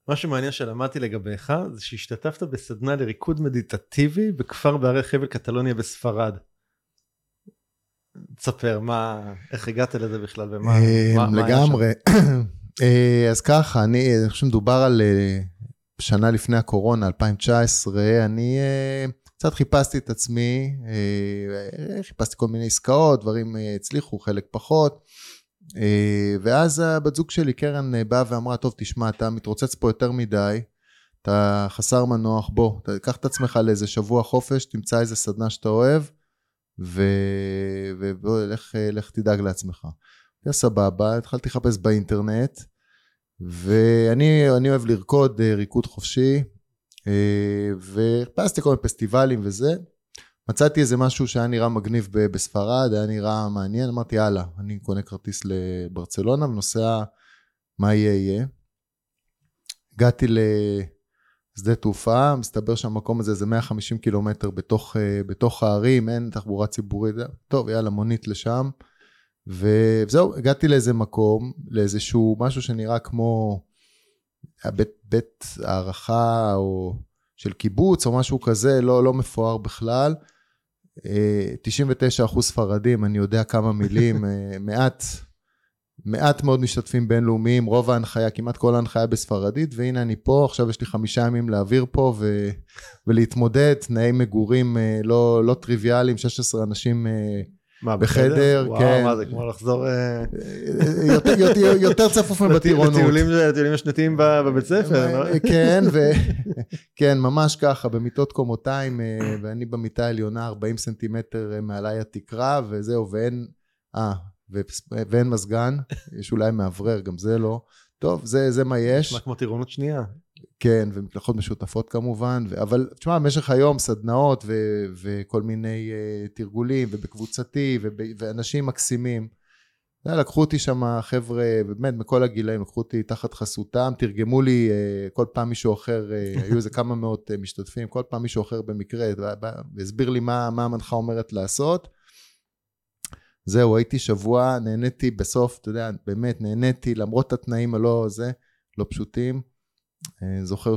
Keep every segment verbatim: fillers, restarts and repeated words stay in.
מה שמעניין שלמדתי לגביך, זה שהשתתפת בסדנה לריקוד מדיטטיבי, בכפר בערי חבל קטלוניה בספרד. תספר, מה, איך הגעת לזה בכלל, ומה, לגמרי. אז ככה, אני חושב מדובר על שנה לפני הקורונה, אלפיים תשע עשרה, אני קצת חיפשתי את עצמי, חיפשתי כל מיני עסקאות, דברים הצליחו, חלק פחות, ואז הבת זוג שלי, קרן, באה ואמרה, טוב, תשמע, אתה מתרוצץ פה יותר מדי, אתה חסר מנוח, בוא, תקח את עצמך לאיזה שבוע חופש, תמצא איזה סדנה שאתה אוהב, ובוא, לך תדאג לעצמך. זה סבבה, התחלתי לחפש באינטרנט, ואני אוהב לרקוד ריקוד חופשי, וחפשתי כל מיני פסטיבלים וזה, מצאתי איזה משהו שהיה נראה מגניב בספרד, היה נראה מעניין, אמרתי, יאללה, אני קונה כרטיס לברצלונה, ונוסע מה יהיה יהיה. הגעתי לשדה תעופה, מסתבר שהמקום הזה זה מאה וחמישים קילומטר בתוך, בתוך הערים, אין תחבורה ציבורית, טוב, יאללה, מונית לשם, וזהו, הגעתי לאיזה מקום, לאיזשהו משהו שנראה כמו בית, בית הערכה או של קיבוץ או משהו כזה, לא, לא מפואר בכלל, תשעים ותשעה אחוז ספרדים, אני יודע כמה מילים, מעט, מעט מאוד משתתפים בינלאומיים, רוב ההנחיה, כמעט כל ההנחיה בספרדית, והנה אני פה, עכשיו יש לי חמישה ימים להעביר פה, ו, ולהתמודד, תנאי מגורים לא, לא טריוויאליים, שש עשרה אנשים מה, בחדר, וואו, כן. מה זה, כמו לחזור... יותר, יותר, יותר צפוף מבטירונות. לטיולים, לטיולים השנתיים בבית ספר. כן, כן, ממש ככה, במיטות קומותיים, ואני במיטה העליונה ארבעים סנטימטר מעלי התקרה, וזהו, ואין, אה, ואין מזגן, יש אולי מעברר, גם זה לא. טוב, זה, זה מה יש. נשמע כמו טירונות שנייה. כן, ומקלחות משותפות כמובן, ו... אבל תשמע, במשך היום סדנאות ו... וכל מיני uh, תרגולים, ובקבוצתי, וב... ואנשים מקסימים. לקחו אותי שם חבר'ה, באמת מכל הגילאים, לקחו אותי תחת חסותם, תרגמו לי uh, כל פעם מישהו אחר, uh, היו איזה כמה מאות uh, משתתפים, כל פעם מישהו אחר במקרה, והסביר לי מה, מה המנחה אומרת לעשות. זהו, הייתי שבוע, נהניתי בסוף, אתה יודע, באמת נהניתי, למרות התנאים הלא זה, לא פשוטים. זוכר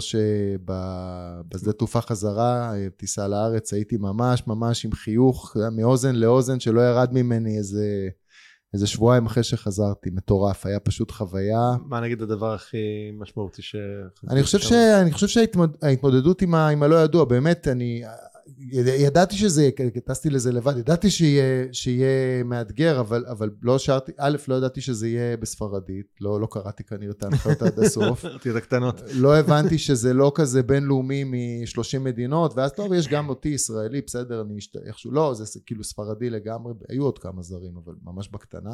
שבשדה תעופה חזרה, טיסה לארץ, הייתי ממש ממש עם חיוך, מאוזן לאוזן, שלא ירד ממני איזה, איזה שבועיים אחרי שחזרתי, מטורף, היה פשוט חוויה. מה נגיד הדבר הכי משמעותי ש... אני חושב ש... אני חושב שההתמודדות עם, ה... עם הלא ידוע, באמת, אני... ידעתי שזה, טסתי לזה לבד, ידעתי שיהיה, שיהיה מאתגר, אבל, אבל לא שרתי, א', לא ידעתי שזה יהיה בספרדית, לא, לא קראתי כנראה את ההנחיות עד הסוף. לא הבנתי שזה לא כזה בינלאומי מ-שלושים מדינות, ואז טוב, יש גם אותי ישראלי, בסדר, אני איכשהו, לא, זה כאילו ספרדי לגמרי, היו עוד כמה זרים, אבל ממש בקטנה.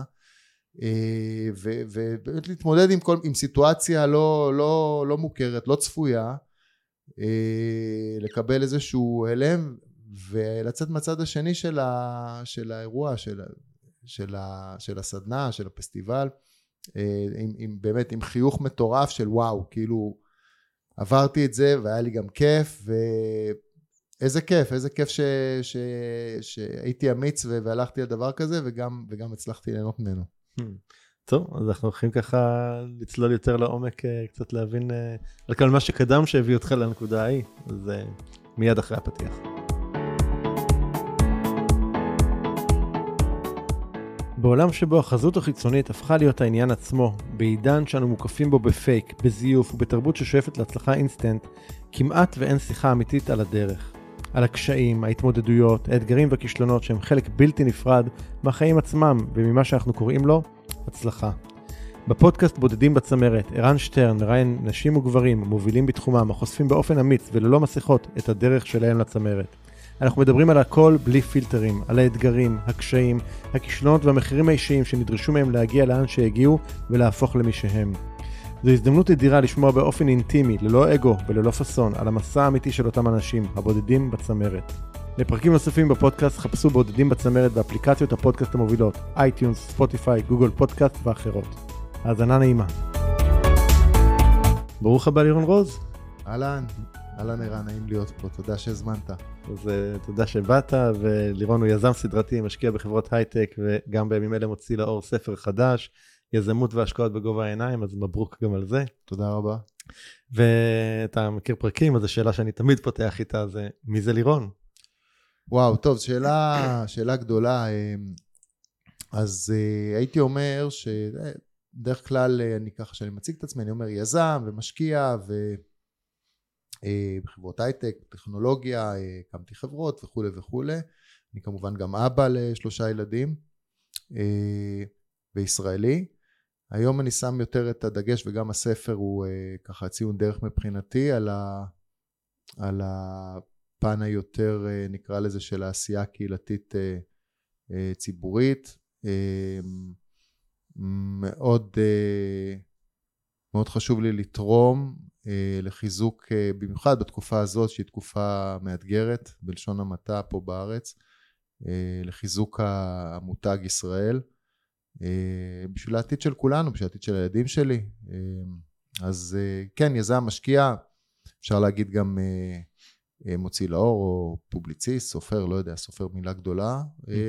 ובאמת להתמודד עם, כל, עם סיטואציה לא, לא, לא מוכרת, לא צפויה, לקבל איזשהו הלם ולצאת מהצד השני של, ה, של האירוע, של, של, ה, של הסדנה, של הפסטיבל, עם, עם, באמת עם חיוך מטורף של וואו, כאילו עברתי את זה והיה לי גם כיף, ואיזה כיף, איזה כיף ש, ש, שהייתי אמיץ והלכתי לדבר כזה, וגם, וגם הצלחתי ליהנות ממנו. טוב, אז אנחנו הולכים ככה לצלול יותר לעומק, קצת להבין על כל מה שקדם שהביא אותך לנקודה ההיא, אז מיד אחרי הפתיח. בעולם שבו החזות החיצונית הפכה להיות העניין עצמו, בעידן שאנו מוקפים בו בפייק, בזיוף ובתרבות ששואפת להצלחה אינסטנט, כמעט ואין שיחה אמיתית על הדרך. על הקשיים, ההתמודדויות, האתגרים והכישלונות שהם חלק בלתי נפרד מהחיים עצמם וממה שאנחנו קוראים לו הצלחה. בפודקאסט בודדים בצמרת, ערן שטרן מראיין נשים וגברים מובילים בתחומם, החושפים באופן אמיץ וללא מסכות את הדרך שלהם לצמרת. אנחנו מדברים על הכל בלי פילטרים, על האתגרים, הקשיים, הכישלונות והמחירים האישיים שנדרשו מהם להגיע לאן שהגיעו ולהפוך למי שהם. זו הזדמנות אדירה לשמוע באופן אינטימי, ללא אגו וללא פסון, על המסע האמיתי של אותם אנשים, הבודדים בצמרת. לפרקים נוספים בפודקאסט חפשו בודדים בצמרת באפליקציות הפודקאסט המובילות, אייטיונס, ספוטיפיי, גוגל פודקאסט ואחרות. האזנה נעימה. ברוך הבא לירון רוז. אהלן, אהלן ערן, נעים להיות פה, תודה שהזמנת. אז תודה שבאת, ולירון הוא יזם סדרתי, משקיע בחברות הייטק, וגם בימים אלה מוציא לאור ספר חדש, יזמות והשקעות בגובה העיניים, אז מברוק גם על זה. תודה רבה. ואתה מכיר פרקים, אז השאלה שאני תמיד פותח איתה זה, מי זה לירון? וואו, טוב, שאלה, שאלה גדולה. אז הייתי אומר שדרך כלל אני ככה, שאני מציג את עצמי, אני אומר יזם ומשקיע ובחברות הייטק, טכנולוגיה, הקמתי חברות וכו' וכו'. אני כמובן גם אבא לשלושה ילדים וישראלי. היום אני שם יותר את הדגש, וגם הספר הוא ככה ציון דרך מבחינתי על ה... על הפן היותר, נקרא לזה, של העשייה הקהילתית ציבורית. מאוד, מאוד חשוב לי לתרום לחיזוק, במיוחד בתקופה הזאת שהיא תקופה מאתגרת בלשון המעטה פה בארץ, לחיזוק המותג ישראל, בשביל העתיד של כולנו, בשביל העתיד של הילדים שלי. אז כן, יזם, משקיע, אפשר להגיד גם מוציא לאור או פובליציסט, סופר, לא יודע, סופר מילה גדולה.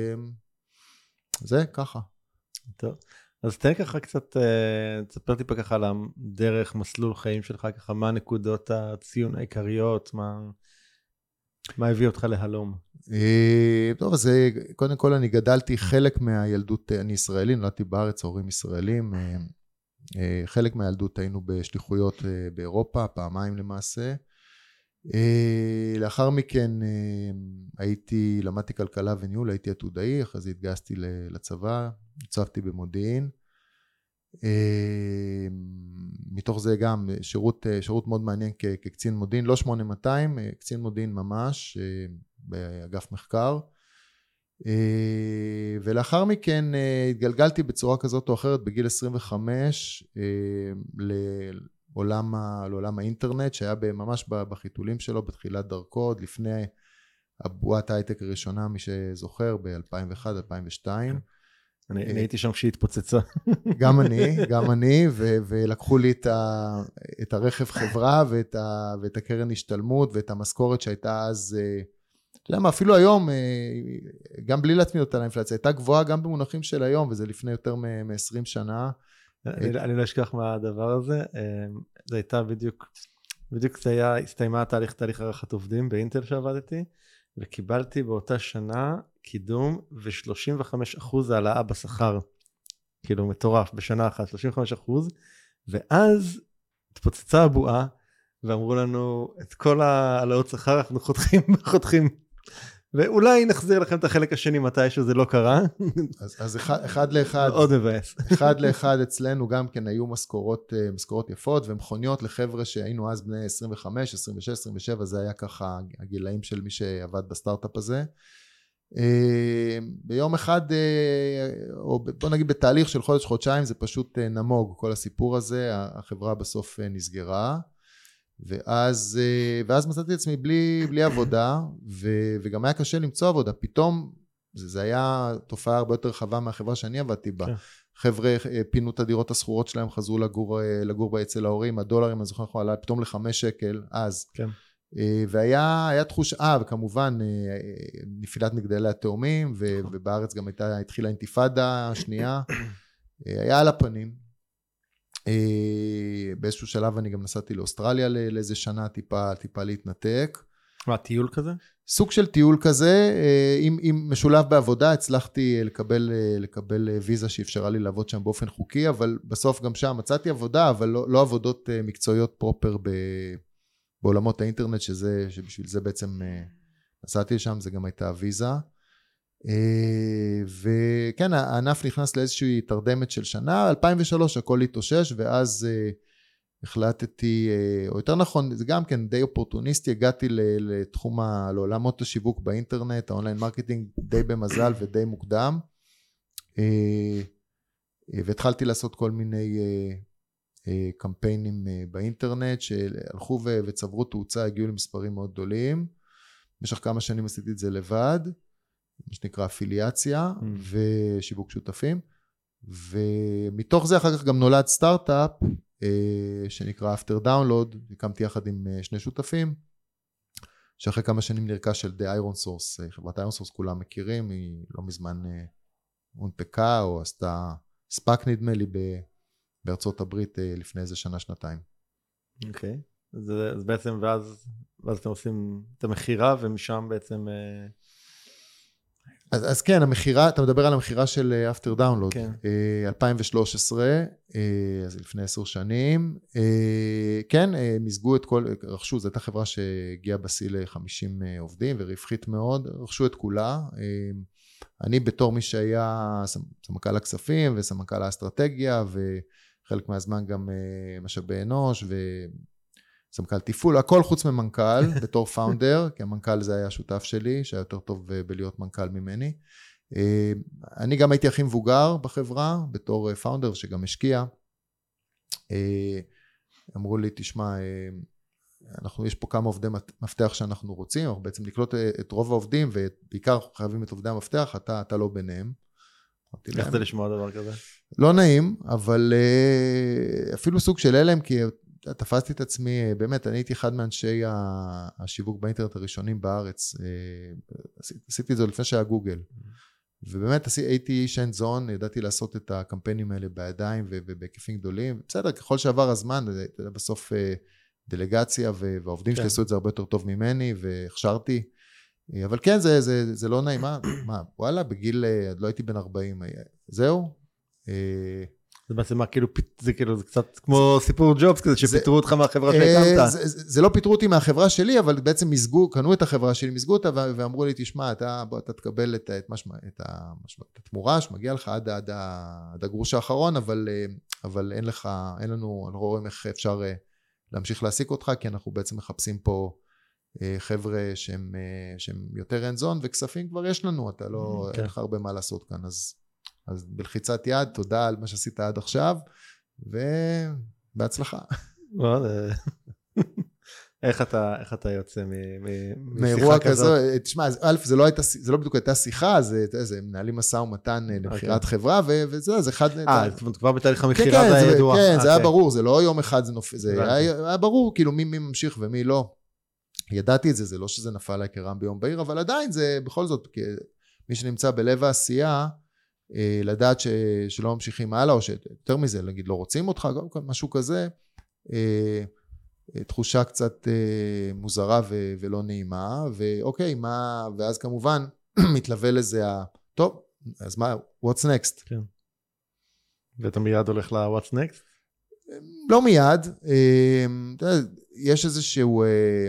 זה ככה. טוב, אז תן ככה קצת, תספר טיפה ככה על הדרך, מסלול חיים שלך, ככה מה נקודות הציון העיקריות, מה, מה הביא אותך להלום? טוב, אז קודם כל אני גדלתי חלק מהילדות, אני ישראלי, נולדתי בארץ, ההורים ישראלים, חלק מהילדות היינו בשליחויות באירופה, פעמיים למעשה. לאחר מכן הייתי, למדתי כלכלה וניהול, הייתי עתודאי, אחרי זה התגייסתי לצבא, הצבתי במודיעין. מתוך זה גם שירות, שירות מאוד מעניין כקצין מודיעין, לא שמונה מאתיים, קצין מודיעין ממש, באגף מחקר. ולאחר מכן התגלגלתי בצורה כזאת או אחרת בגיל עשרים וחמש לעולם, לעולם האינטרנט, שהיה ממש בחיתולים שלו בתחילת דרכו, עוד לפני הבועת ההייטק הראשונה, מי שזוכר, ב-אלפיים ואחת אלפיים ושתיים. אני הייתי שם כשהיא התפוצצה. גם אני, גם אני, ולקחו לי את הרכב חברה ואת הקרן השתלמות ואת המשכורת שהייתה אז, אתה יודע מה, אפילו היום, גם בלי להצמיד אותה לאינפלציה, הייתה גבוהה גם במונחים של היום, וזה לפני יותר מ-עשרים שנה. אני לא אשכח מהדבר הזה, זה הייתה בדיוק, בדיוק זה היה, הסתיימה התהליך, תהליך ערכת עובדים באינטל שעבדתי, וקיבלתי באותה שנה קידום ו-שלושים וחמישה אחוז העלאה בשכר, כאילו מטורף, בשנה אחת, שלושים וחמישה אחוז, ואז התפוצצה הבועה, ואמרו לנו, את כל העלאות שכר אנחנו חותכים, חותכים, ואולי נחזיר לכם את החלק השני מתי שזה לא קרה. אז, אז אחד, אחד לאחד, מאוד מבאס. אחד לאחד אצלנו גם כן היו משכורות, משכורות יפות, ומכוניות לחבר'ה שהיינו אז בני עשרים וחמש, עשרים ושש, עשרים ושבע, זה היה ככה הגילאים של מי שעבד בסטארט-אפ הזה. ביום אחד, או בוא נגיד בתהליך של חודש, חודשיים, זה פשוט נמוג, כל הסיפור הזה, החברה בסוף נסגרה, ואז, ואז מצאתי עצמי בלי, בלי עבודה, ו, וגם היה קשה למצוא עבודה, פתאום, זה, זה היה תופעה הרבה יותר רחבה מהחברה שאני עבדתי בה, חבר'ה פינו את הדירות הסחורות שלהם, חזרו לגור, לגור אצל ההורים, הדולרים, אני זוכר, עלה פתאום לחמש שקל, אז, כן. והיה היה תחוש, אה, וכמובן נפילת מגדלי התאומים, ובארץ גם הייתה, התחילה אינתיפאדה השנייה, היה על הפנים. באיזשהו שלב אני גם נסעתי לאוסטרליה לאיזה שנה, טיפה, טיפה להתנתק. מה, טיול כזה? סוג של טיול כזה, עם, עם משולב בעבודה, הצלחתי לקבל, לקבל ויזה שאפשרה לי לעבוד שם באופן חוקי, אבל בסוף גם שם מצאתי עבודה, אבל לא, לא עבודות מקצועיות פרופר ב... בעולמות האינטרנט, שזה, שבשביל זה בעצם נסעתי שם, זה גם הייתה ויזה. וכן, הענף נכנס לאיזושהי תרדמת של שנה, אלפיים ושלוש הכל התאושש, ואז החלטתי, או יותר נכון, זה גם כן די אופורטוניסטי, הגעתי לתחום, לעולמות השיווק באינטרנט, האונליין מרקטינג, די במזל ודי מוקדם, והתחלתי לעשות כל מיני קמפיינים באינטרנט שהלכו וצברו תאוצה, הגיעו למספרים מאוד גדולים. במשך כמה שנים עשיתי את זה לבד, מה שנקרא אפיליאציה mm. ושיווק שותפים, ומתוך זה אחר כך גם נולד סטארט-אפ שנקרא After Download, הקמתי יחד עם שני שותפים, שאחרי כמה שנים נרכש של די איירון סורס, חברת איירון סורס כולם מכירים, היא לא מזמן הונפקה או עשתה ספאק נדמה לי ב בארצות הברית לפני איזה שנה, שנתיים. אוקיי. אז בעצם, ואז אתם עושים את המחירה, ומשם בעצם... אז, אז כן, המחירה, אתה מדבר על המחירה של After Download, כן. אלפיים ושלוש עשרה, אז לפני עשר שנים, כן, מזגו את כל, רכשו, זו הייתה חברה שהגיעה בשיא ל-חמישים עובדים, ורווחית מאוד, רכשו את כולה. אני בתור מי שהיה סמנכ"ל הכספים, וסמנכ"ל האסטרטגיה, וחלק מהזמן גם משאבי אנוש, ו... סמנכ"ל תפעול, הכל חוץ ממנכ"ל, בתור פאונדר, כי המנכ"ל זה היה שותף שלי, שהיה יותר טוב בלהיות מנכ"ל ממני. אני גם הייתי הכי מבוגר בחברה, בתור פאונדר שגם השקיע. אמרו לי, תשמע, אנחנו, יש פה כמה עובדי מפתח שאנחנו רוצים, אנחנו בעצם לקלוט את רוב העובדים, ובעיקר חייבים את עובדי המפתח, אתה, אתה לא ביניהם. איך זה לשמוע דבר כזה? לא נעים, אבל אפילו סוג של הלם, כי... תפסתי את עצמי, באמת, אני הייתי אחד מאנשי השיווק באינטרנט הראשונים בארץ, עשיתי את זה לפני שהיה גוגל, ובאמת הייתי איש הנד זון, ידעתי לעשות את הקמפיינים האלה בידיים ובהיקפים גדולים, בסדר, ככל שעבר הזמן, בסוף דלגציה והעובדים שלי עשו את זה הרבה יותר טוב ממני, והכשרתי, אבל כן, זה, זה, זה לא נעים, מה, מה, וואלה, בגיל, לא הייתי בן ארבעים, זהו, זה בעצם מה, כאילו, זה כאילו, זה קצת כמו סיפור ג'ובס כזה, שפיטרו אותך מהחברה שהקמת. זה לא פיטרו אותי מהחברה שלי, אבל בעצם מזגו, קנו את החברה שלי, מזגו אותה, ואמרו לי, תשמע, אתה תקבל את התמורה שמגיע לך עד הגרוש האחרון, אבל אין לך, אין לנו, אנחנו רואים איך אפשר להמשיך להעסיק אותך, כי אנחנו בעצם מחפשים פה חבר'ה שהם יותר הנד-זון, וכספים כבר יש לנו, אתה לא, אין לך הרבה מה לעשות כאן, אז... אז בלחיצת יד, תודה על מה שעשית עד עכשיו, ובהצלחה. איך אתה, איך אתה יוצא מאירוע כזה? תשמע, א', זה לא הייתה, זה לא בדיוק הייתה שיחה, זה מנהלים משא ומתן למחירת חברה, וזה, זה אחד... אה, כבר בתהליך המחירה זה היה ידוע. כן, זה היה ברור, זה לא יום אחד, זה היה ברור, כאילו מי ממשיך ומי לא. ידעתי את זה, זה לא שזה נפל עליי כרעם ביום בהיר, אבל עדיין זה, בכל זאת, מי שנמצא בלב העשייה, לדעת ש, שלא ממשיכים הלאה, או שיותר מזה, להגיד, לא רוצים אותך, משהו כזה, תחושה קצת מוזרה ו, ולא נעימה, ואוקיי, מה, ואז כמובן, מתלווה לזה, טוב, אז מה, what's next? כן. ואתה מיד הולך ל-what's next? לא מיד, יש איזשהו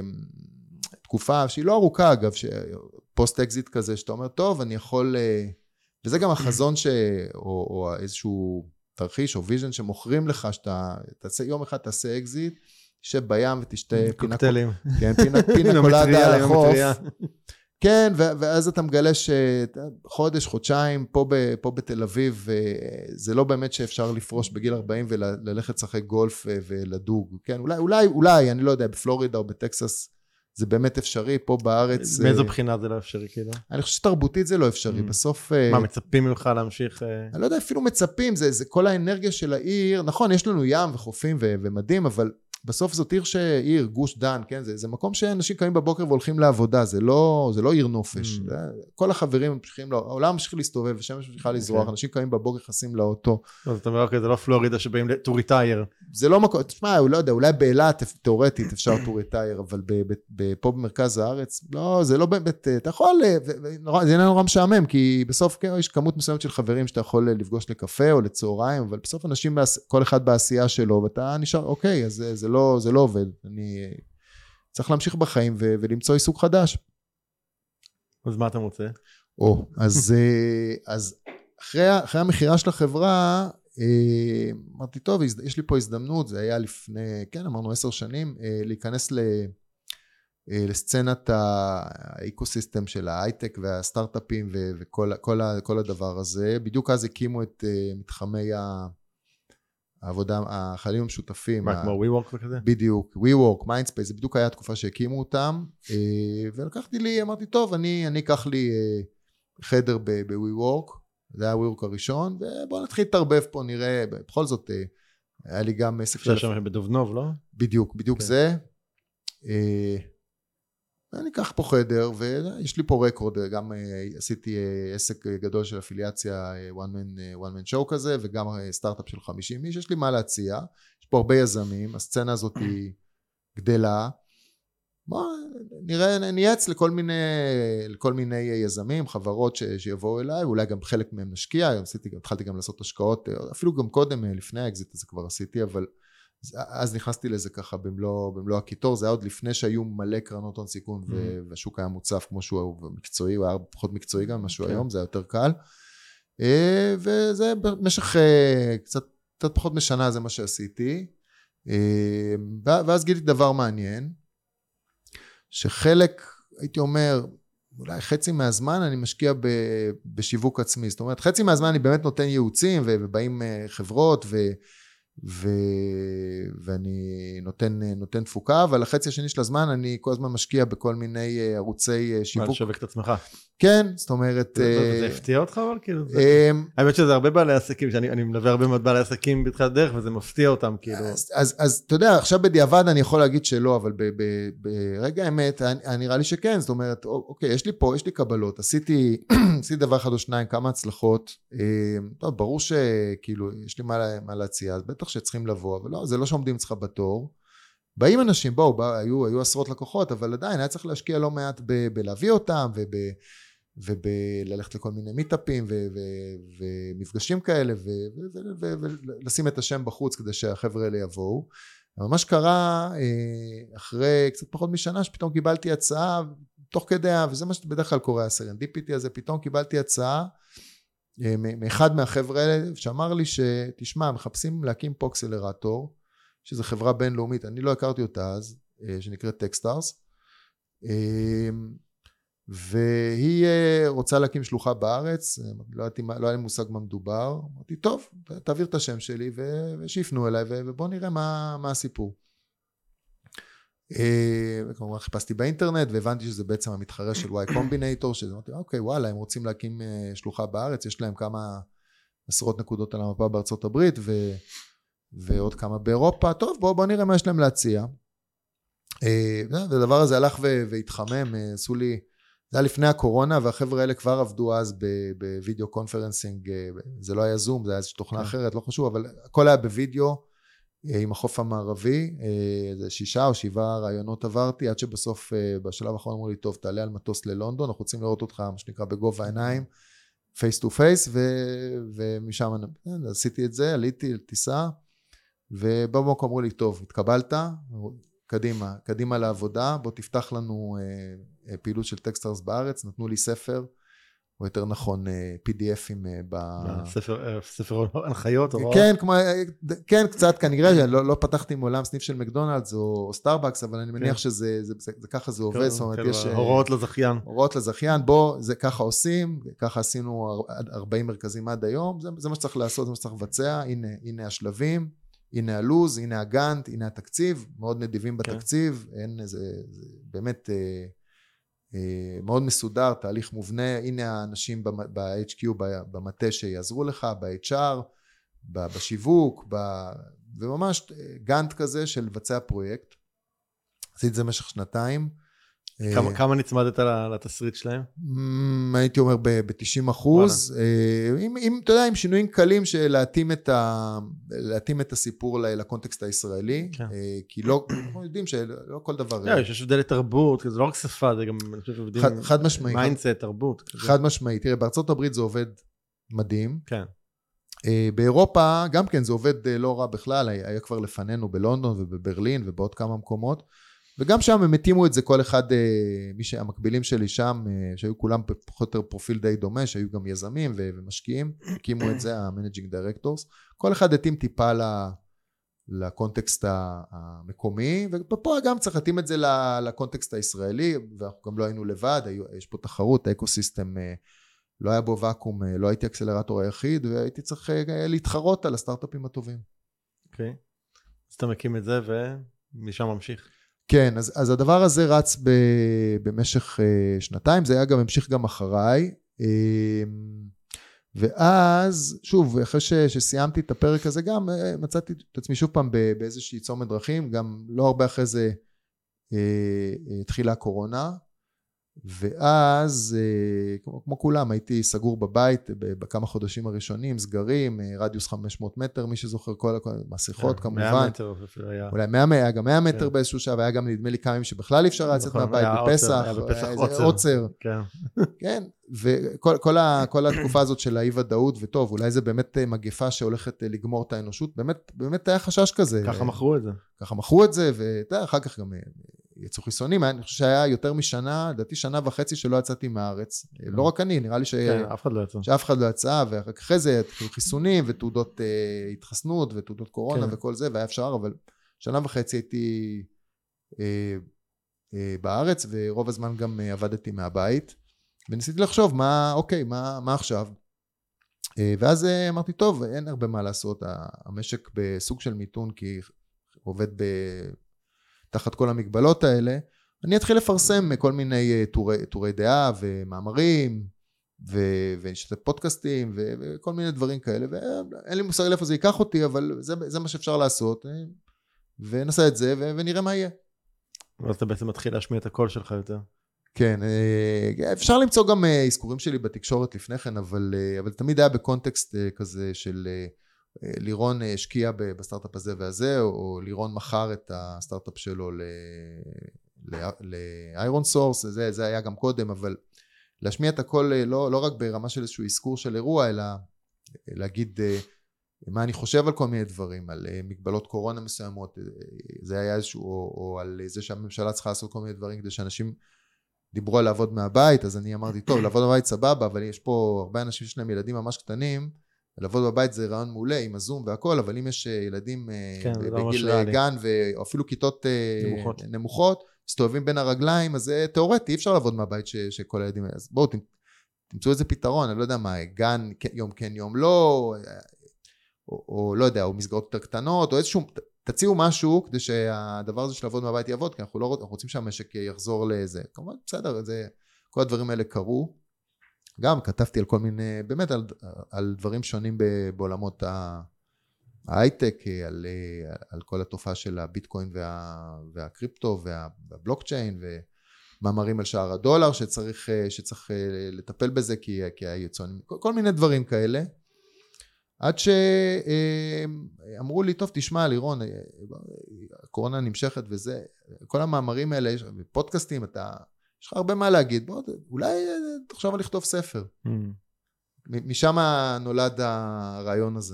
תקופה, שהיא לא ארוכה, אגב, פוסט אקזיט כזה, שאתה אומר, טוב, אני יכול... וזה גם החזון ש... או, או איזשהו תרחיש או ויז'ן שמוכרים לך, שאתה תעשה, יום אחד תעשה אקזיט, תשב בים ותשתה קוקטיילים. כן, פינה, פינה קולדה על החוף. כן, ואז אתה מגלה שחודש, חודשיים, פה, ב, פה בתל אביב, זה לא באמת שאפשר לפרוש בגיל ארבעים וללכת לשחק גולף ולדוג. כן, אולי, אולי, אולי, אני לא יודע, בפלורידה או בטקסס, זה באמת אפשרי, פה בארץ... מאיזו בחינה זה לא אפשרי, כאילו? אני חושב שתרבותית זה לא אפשרי, בסוף... מה, מצפים ממך להמשיך? אני לא יודע, אפילו מצפים, זה כל האנרגיה של העיר, נכון, יש לנו ים וחופים ומדים, אבל בסוף זאת עיר שעיר, גוש דן, כן? זה מקום שאנשים קמים בבוקר והולכים לעבודה, זה לא עיר נופש. כל החברים ממשיכים, העולם ממשיך להסתובב, ושמש ממשיכה לזרוח, אנשים קמים בבוקר, נכנסים לאוטו. אז אתה אומר, אוקיי, זה לא פלורידה שבאים to retire. זה לא מקום, תשמע, לא יודע, אולי באילת, תיאורטית אפשר to retire, אבל פה במרכז הארץ, לא, זה לא באמת, אתה יכול, זה איננו נורא משעמם, כי בסוף יש כמות מסוימת של חברים שאתה יכול לפגוש לקפה או לצהריים, אבל בסוף אנשים, כל אחד בעשייה שלו, ואתה נשאר, אוקיי, אז זה לא, זה לא עובד. אני צריך להמשיך בחיים ו- ולמצוא עיסוק חדש. אז מה אתה מוצא? או, אז, אז אחרי, אחרי המחירה של החברה, אמרתי, טוב, יש לי פה הזדמנות, זה היה לפני, כן, אמרנו עשר שנים, להיכנס ל, לסצנת האקוסיסטם של ההייטק והסטארט-אפים ו- וכל כל, כל הדבר הזה. בדיוק אז הקימו את מתחמי ה... העבודה, החיילים המשותפים. מה, כמו WeWork וכזה? בדיוק, WeWork, Mindspace, זה בדיוק היה התקופה שהקימו אותם, ולקחתי לי, אמרתי, טוב, אני, אני אקח לי חדר ב-WeWork, זה היה WeWork הראשון, ובואו נתחיל להתערבב פה, נראה, בכל זאת, היה לי גם עסק של... זה שם בדובנוב, לא? בדיוק, בדיוק זה. אני אקח פה חדר, ויש לי פה רקורד, גם עשיתי עסק גדול של אפיליאציה, one man, one man show כזה, וגם סטארט-אפ של חמישים איש, יש לי מה להציע, יש פה הרבה יזמים, הסצנה הזאת היא גדלה, בוא נראה, נייץ לכל מיני, לכל מיני יזמים, חברות ש, שיבואו אליי, אולי גם חלק מהם נשקיע, עשיתי, התחלתי גם לעשות השקעות, אפילו גם קודם, לפני האקזיט הזה כבר עשיתי, אבל אז נכנסתי לזה ככה במלוא, במלוא הקיטור, זה היה עוד לפני שהיו מלא קרנות הון סיכון, mm-hmm. והשוק היה מוצף כמו שהוא מקצועי, הוא היה פחות מקצועי גם משהו okay. היום, זה היה יותר קל, וזה במשך קצת, קצת פחות משנה זה מה שעשיתי, ואז גיליתי דבר מעניין, שחלק, הייתי אומר, אולי חצי מהזמן אני משקיע בשיווק עצמי, זאת אומרת, חצי מהזמן אני באמת נותן ייעוצים, ובאים חברות, ו... ו... ואני נותן, נותן תפוקה, אבל החצי השני של הזמן אני כל הזמן משקיע בכל מיני ערוצי שיווק. מה, לשווק את עצמך? כן, זאת אומרת... זה הפתיע אותך אבל? כאילו, האמת שזה הרבה בעלי עסקים, שאני מלווה הרבה מאוד בעלי עסקים בתחילת דרך, וזה מפתיע אותם, כאילו. אז אתה יודע, עכשיו בדיעבד אני יכול להגיד שלא, אבל ברגע האמת, נראה לי שכן, זאת אומרת, אוקיי, יש לי פה, יש לי קבלות, עשיתי דבר אחד או שניים, כמה הצלחות, ברור שכאילו, יש לי מה להציע, אז בטח שצריכים לבוא, אבל לא, זה לא שעומדים אצלך בתור. באים אנשים, בואו, בא, היו, היו עשרות לקוחות, אבל עדיין היה צריך להשקיע לא מעט ב, בלהביא אותם, וב, ובללכת לכל מיני מיטאפים, ו, ו, ומפגשים כאלה, ו, ו, ו, ו, ולשים את השם בחוץ, כדי שהחבר'ה האלה יבואו. אבל מה שקרה, אחרי קצת פחות משנה, שפתאום קיבלתי הצעה, תוך כדי, וזה מה שבדרך כלל קורה, הסרנדיפיטי הזה, פתאום קיבלתי הצעה, מאחד מהחבר'ה האלה שאמר לי שתשמע, מחפשים להקים פה אקסלרטור, שזו חברה בינלאומית, אני לא הכרתי אותה אז, שנקראת טקסטארס, והיא רוצה להקים שלוחה בארץ, לא היה לי מושג מה מדובר, אמרתי טוב, תעביר את השם שלי ושיפנו אליי ובוא נראה מה, מה הסיפור. וכמובן חיפשתי באינטרנט והבנתי שזה בעצם המתחרה של Y Combinator, שזה אמרתי אוקיי וואלה הם רוצים להקים שלוחה בארץ, יש להם כמה עשרות נקודות על המפה בארצות הברית ו, ועוד כמה באירופה, טוב בוא, בוא נראה מה יש להם להציע. והדבר הזה הלך והתחמם, עשו לי, זה היה לפני הקורונה והחבר'ה האלה כבר עבדו אז בווידאו קונפרנסינג, זה לא היה זום, זה היה איזושהי תוכנה אחרת, לא חשוב, אבל הכל היה בווידאו, עם החוף המערבי, זה שישה או שבעה רעיונות עברתי, עד שבסוף בשלב האחרון אמרו לי, טוב, תעלה על מטוס ללונדון, אנחנו רוצים לראות אותך, מה שנקרא, בגובה העיניים, פייס טו פייס, ומשם עשיתי את זה, עליתי לטיסה, ובמקום אמרו לי, טוב, התקבלת, קדימה, קדימה לעבודה, בוא תפתח לנו פעילות של טקסטארס בארץ, נתנו לי ספר, או יותר נכון פי די אפים בספר הנחיות כן, כמו, כן קצת כנראה לא, לא פתחתי מעולם סניף של מקדונלדס או סטארבקס אבל אני מניח שזה זה, זה, זה, ככה זה עובד, זאת אומרת יש הוראות לזכיין הוראות לזכיין, בוא זה ככה עושים, ככה עשינו ארבעים מרכזים עד היום, זה, זה מה שצריך לעשות, זה מה שצריך לבצע, הנה, הנה השלבים, הנה הלוז, הנה הגאנט, הנה התקציב, מאוד נדיבים בתקציב, אין איזה, באמת מאוד מסודר, תהליך מובנה, הנה האנשים ב-אייץ' קיו, במטה שיעזרו לך, ב-אייץ' אר, בשיווק, וממש גאנט כזה של לבצע פרויקט. עשיתי את זה במשך שנתיים. כמה נצמדת לתסריט שלהם? הייתי אומר ב-תשעים אחוז, אם אתה יודע, עם שינויים קלים של להתאים את הסיפור לקונטקסט הישראלי, כי לא, אנחנו יודעים שלא כל דבר... יש הבדל לתרבות, זה לא רק שפה, זה גם... חד משמעי. מיינדסט, תרבות. חד משמעי, תראה, בארצות הברית זה עובד מדהים. כן. באירופה גם כן זה עובד לא רע בכלל, היה כבר לפנינו בלונדון ובברלין ובעוד כמה מקומות, וגם שם הם התאימו את זה, כל אחד, מי שהמקבילים שלי שם, שהיו כולם פחות או יותר פרופיל די דומה, שהיו גם יזמים ומשקיעים, הקימו את זה, ה-Managing Directors, כל אחד התאים טיפה לקונטקסט המקומי, ופה גם צריך להתאים את זה לקונטקסט הישראלי, ואנחנו גם לא היינו לבד, יש פה תחרות, האקוסיסטם לא היה בו ואקום, לא הייתי אקסלרטור היחיד, והייתי צריך להתחרות על הסטארט-אפים הטובים. אוקיי, אז אתה מקים את זה ומשם ממשיך. כן, אז, אז הדבר הזה רץ ב, במשך uh, שנתיים, זה היה גם המשיך גם אחריי, uh, ואז, שוב, אחרי ש, שסיימתי את הפרק הזה גם, uh, מצאתי את עצמי שוב פעם באיזושהי צומת דרכים, גם לא הרבה אחרי זה התחילה הקורונה, ואז, כמו, כמו כולם, הייתי סגור בבית בכמה חודשים הראשונים, סגרים, רדיוס חמש מאות מטר, מי שזוכר כל המסכות כמובן. מאה מטר אפילו היה. אולי מאה, היה גם מאה מטר באיזשהו שעה, והיה גם נדמה לי כמה ימים שבכלל אי אפשר לצאת מהבית, בפסח, היה בפסח עוצר. כן. כן, וכל כל ה, כל התקופה הזאת של האי ודאות, וטוב, אולי זה באמת מגפה שהולכת לגמור את האנושות, באמת, באמת היה חשש כזה. ככה מכרו את זה. ככה מכרו את זה, ואחר כך גם יצאו חיסונים, אני חושב שהיה יותר משנה, לדעתי שנה וחצי שלא יצאתי מהארץ, לא רק אני, נראה לי ש... כן, אף אחד לא יצא. שאף אחד לא יצא, ואחרי זה חיסונים ותעודות התחסנות ותעודות קורונה וכל זה, והיה אפשר, אבל שנה וחצי הייתי בארץ, ורוב הזמן גם עבדתי מהבית, וניסיתי לחשוב מה, אוקיי, מה, מה עכשיו? ואז אמרתי, טוב, אין הרבה מה לעשות, המשק בסוג של מיתון, כי עובד ב... תחת כל המגבלות האלה, אני אתחיל לפרסם כל מיני טורי, טורי דעה ומאמרים, ונשתף פודקאסטים, וכל מיני דברים כאלה, ואין לי מושג איפה זה ייקח אותי, אבל זה, זה מה שאפשר לעשות, ונעשה את זה, ונראה מה יהיה. אז אתה בעצם מתחיל להשמיע את הקול שלך יותר. כן, אפשר למצוא גם אזכורים שלי בתקשורת לפני כן, אבל, אבל תמיד היה בקונטקסט כזה של... לירון השקיע בסטארט-אפ הזה והזה, או לירון מכר את הסטארט-אפ שלו לאיירון סורס, זה, זה היה גם קודם, אבל להשמיע את הכל לא, לא רק ברמה של איזשהו אזכור של אירוע, אלא להגיד מה אני חושב על כל מיני דברים, על מגבלות קורונה מסוימות, זה היה איזשהו, או, או על זה שהממשלה צריכה לעשות כל מיני דברים, כדי שאנשים דיברו על לעבוד מהבית, אז אני אמרתי, טוב, לעבוד מהבית סבבה, אבל יש פה הרבה אנשים שיש להם ילדים ממש קטנים, לעבוד בבית זה רעיון מעולה עם הזום והכל, אבל אם יש ילדים כן, בגיל גן ואפילו כיתות נמוכות, נמוכות מסתובבים בין הרגליים, אז זה תיאורטי, אי אפשר לעבוד מהבית ש, שכל הילדים, אז בואו תמצאו איזה פתרון, אני לא יודע מה, גן יום כן יום לא, או, או לא יודע, או מסגרות יותר קטנות, או איזשהו, תציעו משהו כדי שהדבר הזה של לעבוד מהבית יעבוד, כי אנחנו לא אנחנו רוצים שהמשק יחזור לזה, כמובן בסדר, זה, כל הדברים האלה קרו, גם כתבתי על כל מיני, באמת על, על דברים שונים בעולמות ההייטק, על, על כל התופעה של הביטקוין וה, והקריפטו והבלוקצ'יין, ומאמרים על שער הדולר שצריך, שצריך לטפל בזה, כי, כי היצואנים, כל, כל מיני דברים כאלה, עד שאמרו לי, טוב תשמע לירון, הקורונה נמשכת וזה, כל המאמרים האלה, פודקאסטים, אתה... יש לך הרבה מה להגיד, בוא, אולי תחשוב על לכתוב ספר. Mm. משם נולד הרעיון הזה.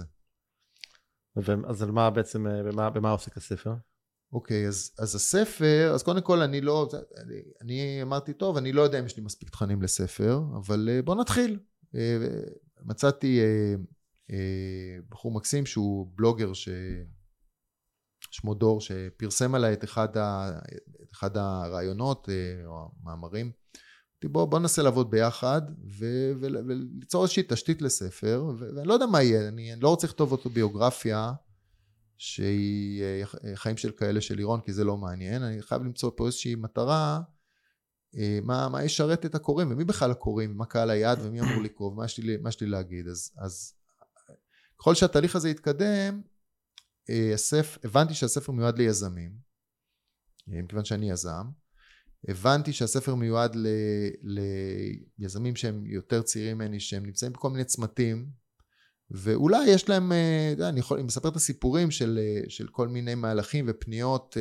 אז על מה בעצם, במה, במה עוסק הספר? אוקיי, אז, אז הספר, אז קודם כל אני לא, אני, אני אמרתי, טוב, אני לא יודע אם יש לי מספיק תכנים לספר, אבל בוא נתחיל. מצאתי בחור מקסים שהוא בלוגר ש... שמו דור, שפרסם עליי את אחד, ה, את אחד הרעיונות או המאמרים. בוא, בוא ננסה לעבוד ביחד ו, ו, וליצור איזושהי תשתית לספר, ו, ואני לא יודע מה יהיה, אני, אני לא רוצה לכתוב אוטוביוגרפיה שהיא חיים של כאלה של לירון, כי זה לא מעניין, אני חייב למצוא פה איזושהי מטרה, מה, מה ישרת את הקוראים, ומי בכלל הקוראים, מה קהל היעד, ומי אמור לקרוא, ומה יש לי, מה יש לי להגיד. אז, אז ככל שהתהליך הזה יתקדם, הספר, הבנתי שהספר מיועד ליזמים, מכיוון שאני יזם, הבנתי שהספר מיועד ל, ליזמים שהם יותר צעירים ממני, שהם נמצאים בכל מיני צמתים, ואולי יש להם, אני יכול, אני מספר את הסיפורים של, של כל מיני מהלכים ופניות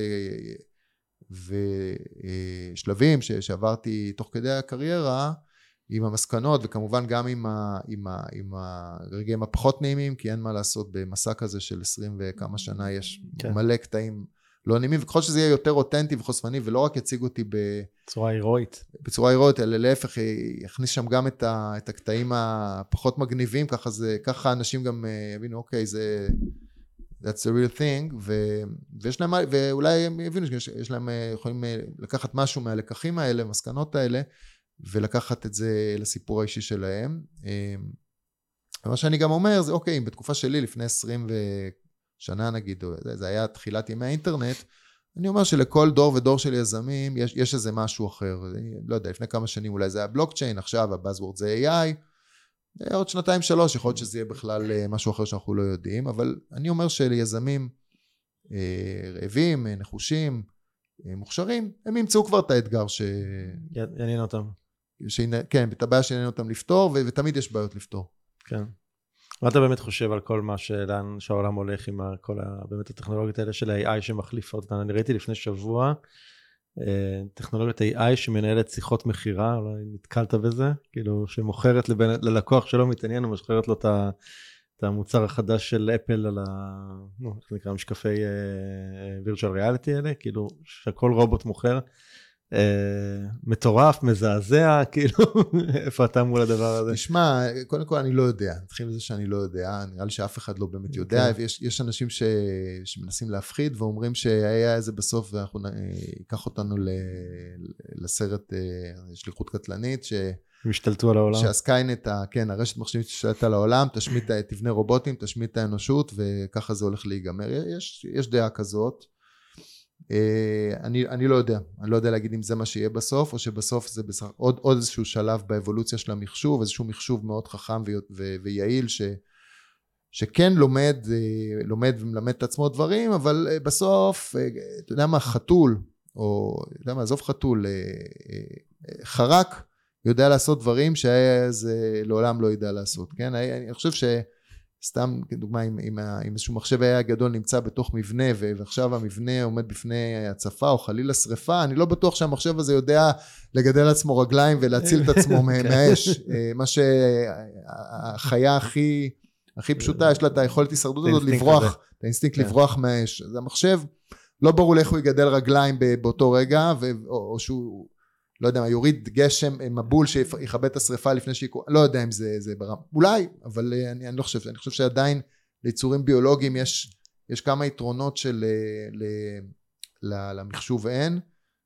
ושלבים שעברתי תוך כדי הקריירה, עם המסקנות, וכמובן גם עם, ה, עם, ה, עם הרגעים הפחות נעימים, כי אין מה לעשות במסע כזה של עשרים וכמה שנה, יש כן. מלא קטעים לא נעימים, וככל שזה יהיה יותר אותנטי וחושפני, ולא רק יציג אותי בצורה הירואית, בצורה הירואית, אלא להפך, יכניס שם גם את, ה, את הקטעים הפחות מגניבים, ככה, זה, ככה אנשים גם יבינו, אוקיי, זה, that's the real thing, ו, ויש להם, ואולי הם יבינו, שיש להם, יכולים לקחת משהו מהלקחים האלה, מסקנות האלה, ולקחת את זה לסיפור האישי שלהם. ומה שאני גם אומר זה, אוקיי, בתקופה שלי, לפני עשרים שנה נגיד, זה היה תחילת ימי האינטרנט, אני אומר שלכל דור ודור של יזמים, יש, יש איזה משהו אחר. אני לא יודע, לפני כמה שנים אולי זה היה בלוקצ'יין, עכשיו הבאזוורד זה איי איי, עוד שנתיים שלוש, יכול להיות שזה יהיה בכלל משהו אחר שאנחנו לא יודעים, אבל אני אומר שליזמים רעבים, נחושים, מוכשרים, הם ימצאו כבר את האתגר ש... יעניין אותם. ש... כן, את הבעיה שיעניין אותם לפתור, ו... ותמיד יש בעיות לפתור. כן. מה אתה באמת חושב על כל מה שלאן שהעולם הולך עם כל ה... באמת הטכנולוגיות האלה של ה-איי איי שמחליפות? אני ראיתי לפני שבוע, טכנולוגיית איי איי שמנהלת שיחות מחירה, אולי נתקלת בזה, כאילו שמוכרת לבין... ללקוח שלא מתעניין, ומוכרת לו את ה... את המוצר החדש של אפל על ה... נו, איך נקרא, משקפי וירטואל ריאליטי האלה, כאילו שהכל רובוט מוכר, מטורף, מזעזע, כאילו, איפה אתה מול הדבר הזה? תשמע, קודם כל אני לא יודע, נתחיל בזה שאני לא יודע, נראה לי שאף אחד לא באמת יודע, ויש יש אנשים ש... שמנסים להפחיד, ואומרים שהיה איזה בסוף, ואנחנו ניקח אותנו ל... לסרט שליחות קטלנית, ש... משתלטו על העולם. שהסקיינט, כן, הרשת מחשבית ששלטת על העולם, תשמיט, תבנה רובוטים, תשמיט את האנושות, וככה זה הולך להיגמר. יש, יש דעה כזאת. אני, אני לא יודע, אני לא יודע להגיד אם זה מה שיהיה בסוף, או שבסוף זה בסך, עוד, עוד איזשהו שלב באבולוציה של המחשוב, איזשהו מחשוב מאוד חכם ו, ו, ויעיל, ש, שכן לומד, לומד ומלמד את עצמו דברים, אבל בסוף, אתה יודע מה, חתול, או, אתה יודע מה, עזוב חתול, חרק, יודע לעשות דברים שזה לעולם לא ידע לעשות, כן? אני חושב שסתם, כדוגמה, אם, אם, אם איזשהו מחשב היה גדול נמצא בתוך מבנה, ועכשיו המבנה עומד בפני הצפה או חלילה שריפה, אני לא בטוח שהמחשב הזה יודע לגדל עצמו רגליים ולהציל את עצמו מהאש. מה שהחיה הכי, הכי פשוטה, יש לה את היכולת הישרדות הזאת לברוח, את האינסטינקט לברוח מהאש. אז המחשב, לא ברור איך הוא יגדל רגליים באותו רגע, או שהוא... לא יודע, יוריד גשם, מבול שיכבה את השריפה לפני שהיא... לא יודע אם זה, זה ברם. אולי, אבל אני, אני לא חושב. אני חושב שעדיין ליצורים ביולוגיים יש, יש כמה יתרונות של, ל, ל, למחשוב אין,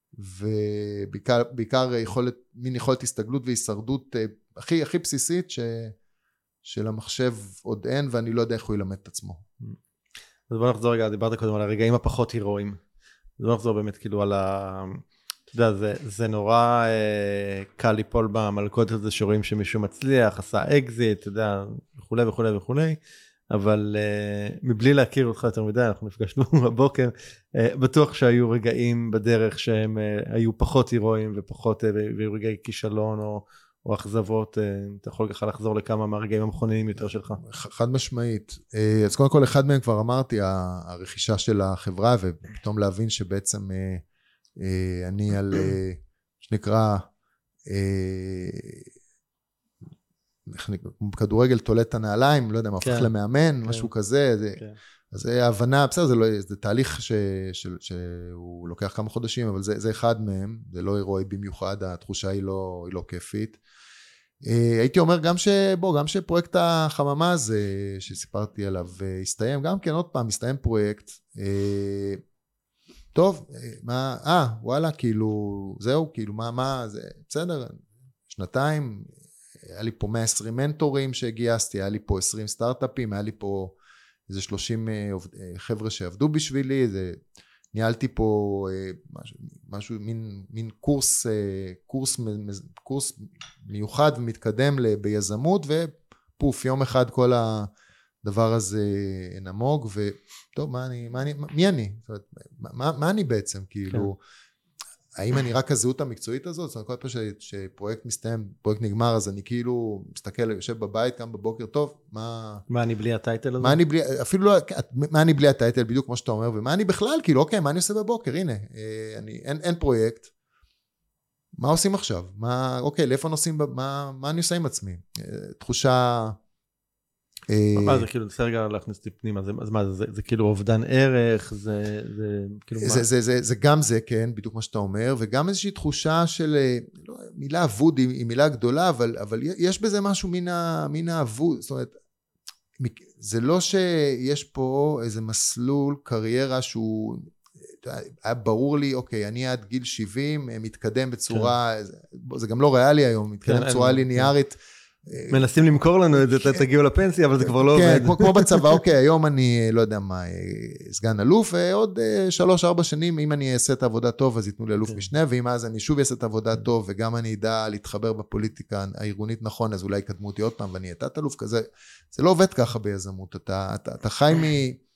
ובעיקר, בעיקר יכולת, מין יכולת הסתגלות והישרדות הכי, הכי בסיסית ש, של המחשב עוד אין, ואני לא יודע איך הוא ילמד את עצמו. אז בוא נחזור רגע, דיברת קודם על הרגעים הפחות הירואיים. אז בוא נחזור באמת כאילו על ה... אתה יודע, זה, זה נורא אה, קל ליפול במלכודת הזה שרואים שמישהו מצליח, עשה אקזיט, אתה יודע, וכולי וכולי וכולי, אבל אה, מבלי להכיר אותך יותר מדי, אנחנו נפגשנו בבוקר, אה, בטוח שהיו רגעים בדרך שהם אה, היו פחות הירואיים ופחות, אה, והיו רגעי כישלון או, או אכזבות, אה, אתה יכול ככה לחזור לכמה מהרגעים המכוננים יותר שלך. חד משמעית, אה, אז קודם כל אחד מהם כבר אמרתי, הרכישה של החברה, ופתאום להבין שבעצם... אה, אני על, שנקרא, כדורגל תולה את הנעליים, לא יודע, הופך למאמן, משהו כזה, אז זה ההבנה, בסדר, זה תהליך שהוא לוקח כמה חודשים, אבל זה אחד מהם, זה לא הירואי במיוחד, התחושה היא לא כיפית. הייתי אומר גם שבוא, גם שפרויקט החממה הזה, שסיפרתי עליו, הסתיים, גם כן עוד פעם, הסתיים פרויקט, טוב, מה, אה, וואלה, כאילו, זהו, כאילו, מה, מה, זה, בסדר, שנתיים, היה לי פה מאה ועשרים מנטורים שהגייסתי, היה לי פה עשרים סטארט-אפים, היה לי פה איזה שלושים חבר'ה שעבדו בשבילי, זה, ניהלתי פה משהו, משהו מין, מין קורס, קורס, קורס מיוחד ומתקדם ביזמות, ופוף, יום אחד כל ה... דבר הזה נמוג, וטוב, מה אני, מה אני, מי אני? זאת אומרת, מה, מה אני בעצם? כאילו, האם אני רק הזהות המקצועית הזאת? זאת אומרת, כל פעם שפרויקט מסתיים, פרויקט נגמר, אז אני כאילו מסתכל, יושב בבית, קם בבוקר, טוב, מה... מה אני בלי הטייטל הזה? מה אני בלי, אפילו לא, מה אני בלי הטייטל, בדיוק כמו שאתה אומר, ומה אני בכלל, כאילו, אוקיי, מה אני עושה בבוקר? הנה, אני, אין, אין פרויקט, מה עושים עכשיו? מה, אוקיי, לאיפה נוסעים, מה, מה אני עושה עם עצמי? תחושה... מה זה כאילו, ננסה רגע להכניס אותי פנימה, אז מה, זה כאילו אובדן ערך, זה כאילו מה? זה גם זה, כן, בדיוק מה שאתה אומר, וגם איזושהי תחושה של, מילה אבוד היא מילה גדולה, אבל יש בזה משהו מן האבוד, זאת אומרת, זה לא שיש פה איזה מסלול קריירה שהוא, היה ברור לי, אוקיי, אני עד גיל שבעים, מתקדם בצורה, זה גם לא ריאלי היום, מתקדם בצורה ליניארית, מנסים למכור לנו את זה, תגיעו לפנסיה, אבל זה כבר לא עובד. כן, כמו בצבא, אוקיי, היום אני, לא יודע מה, סגן אלוף, ועוד שלוש, ארבע שנים, אם אני אעשה את העבודה טוב, אז ייתנו לי אלוף משנה, ואם אז אני שוב אעשה את העבודה טוב, וגם אני אדע להתחבר בפוליטיקה הארגונית נכון, אז אולי יקדמו אותי עוד פעם, ואני אתת אלוף כזה. זה לא עובד ככה ביזמות, אתה חי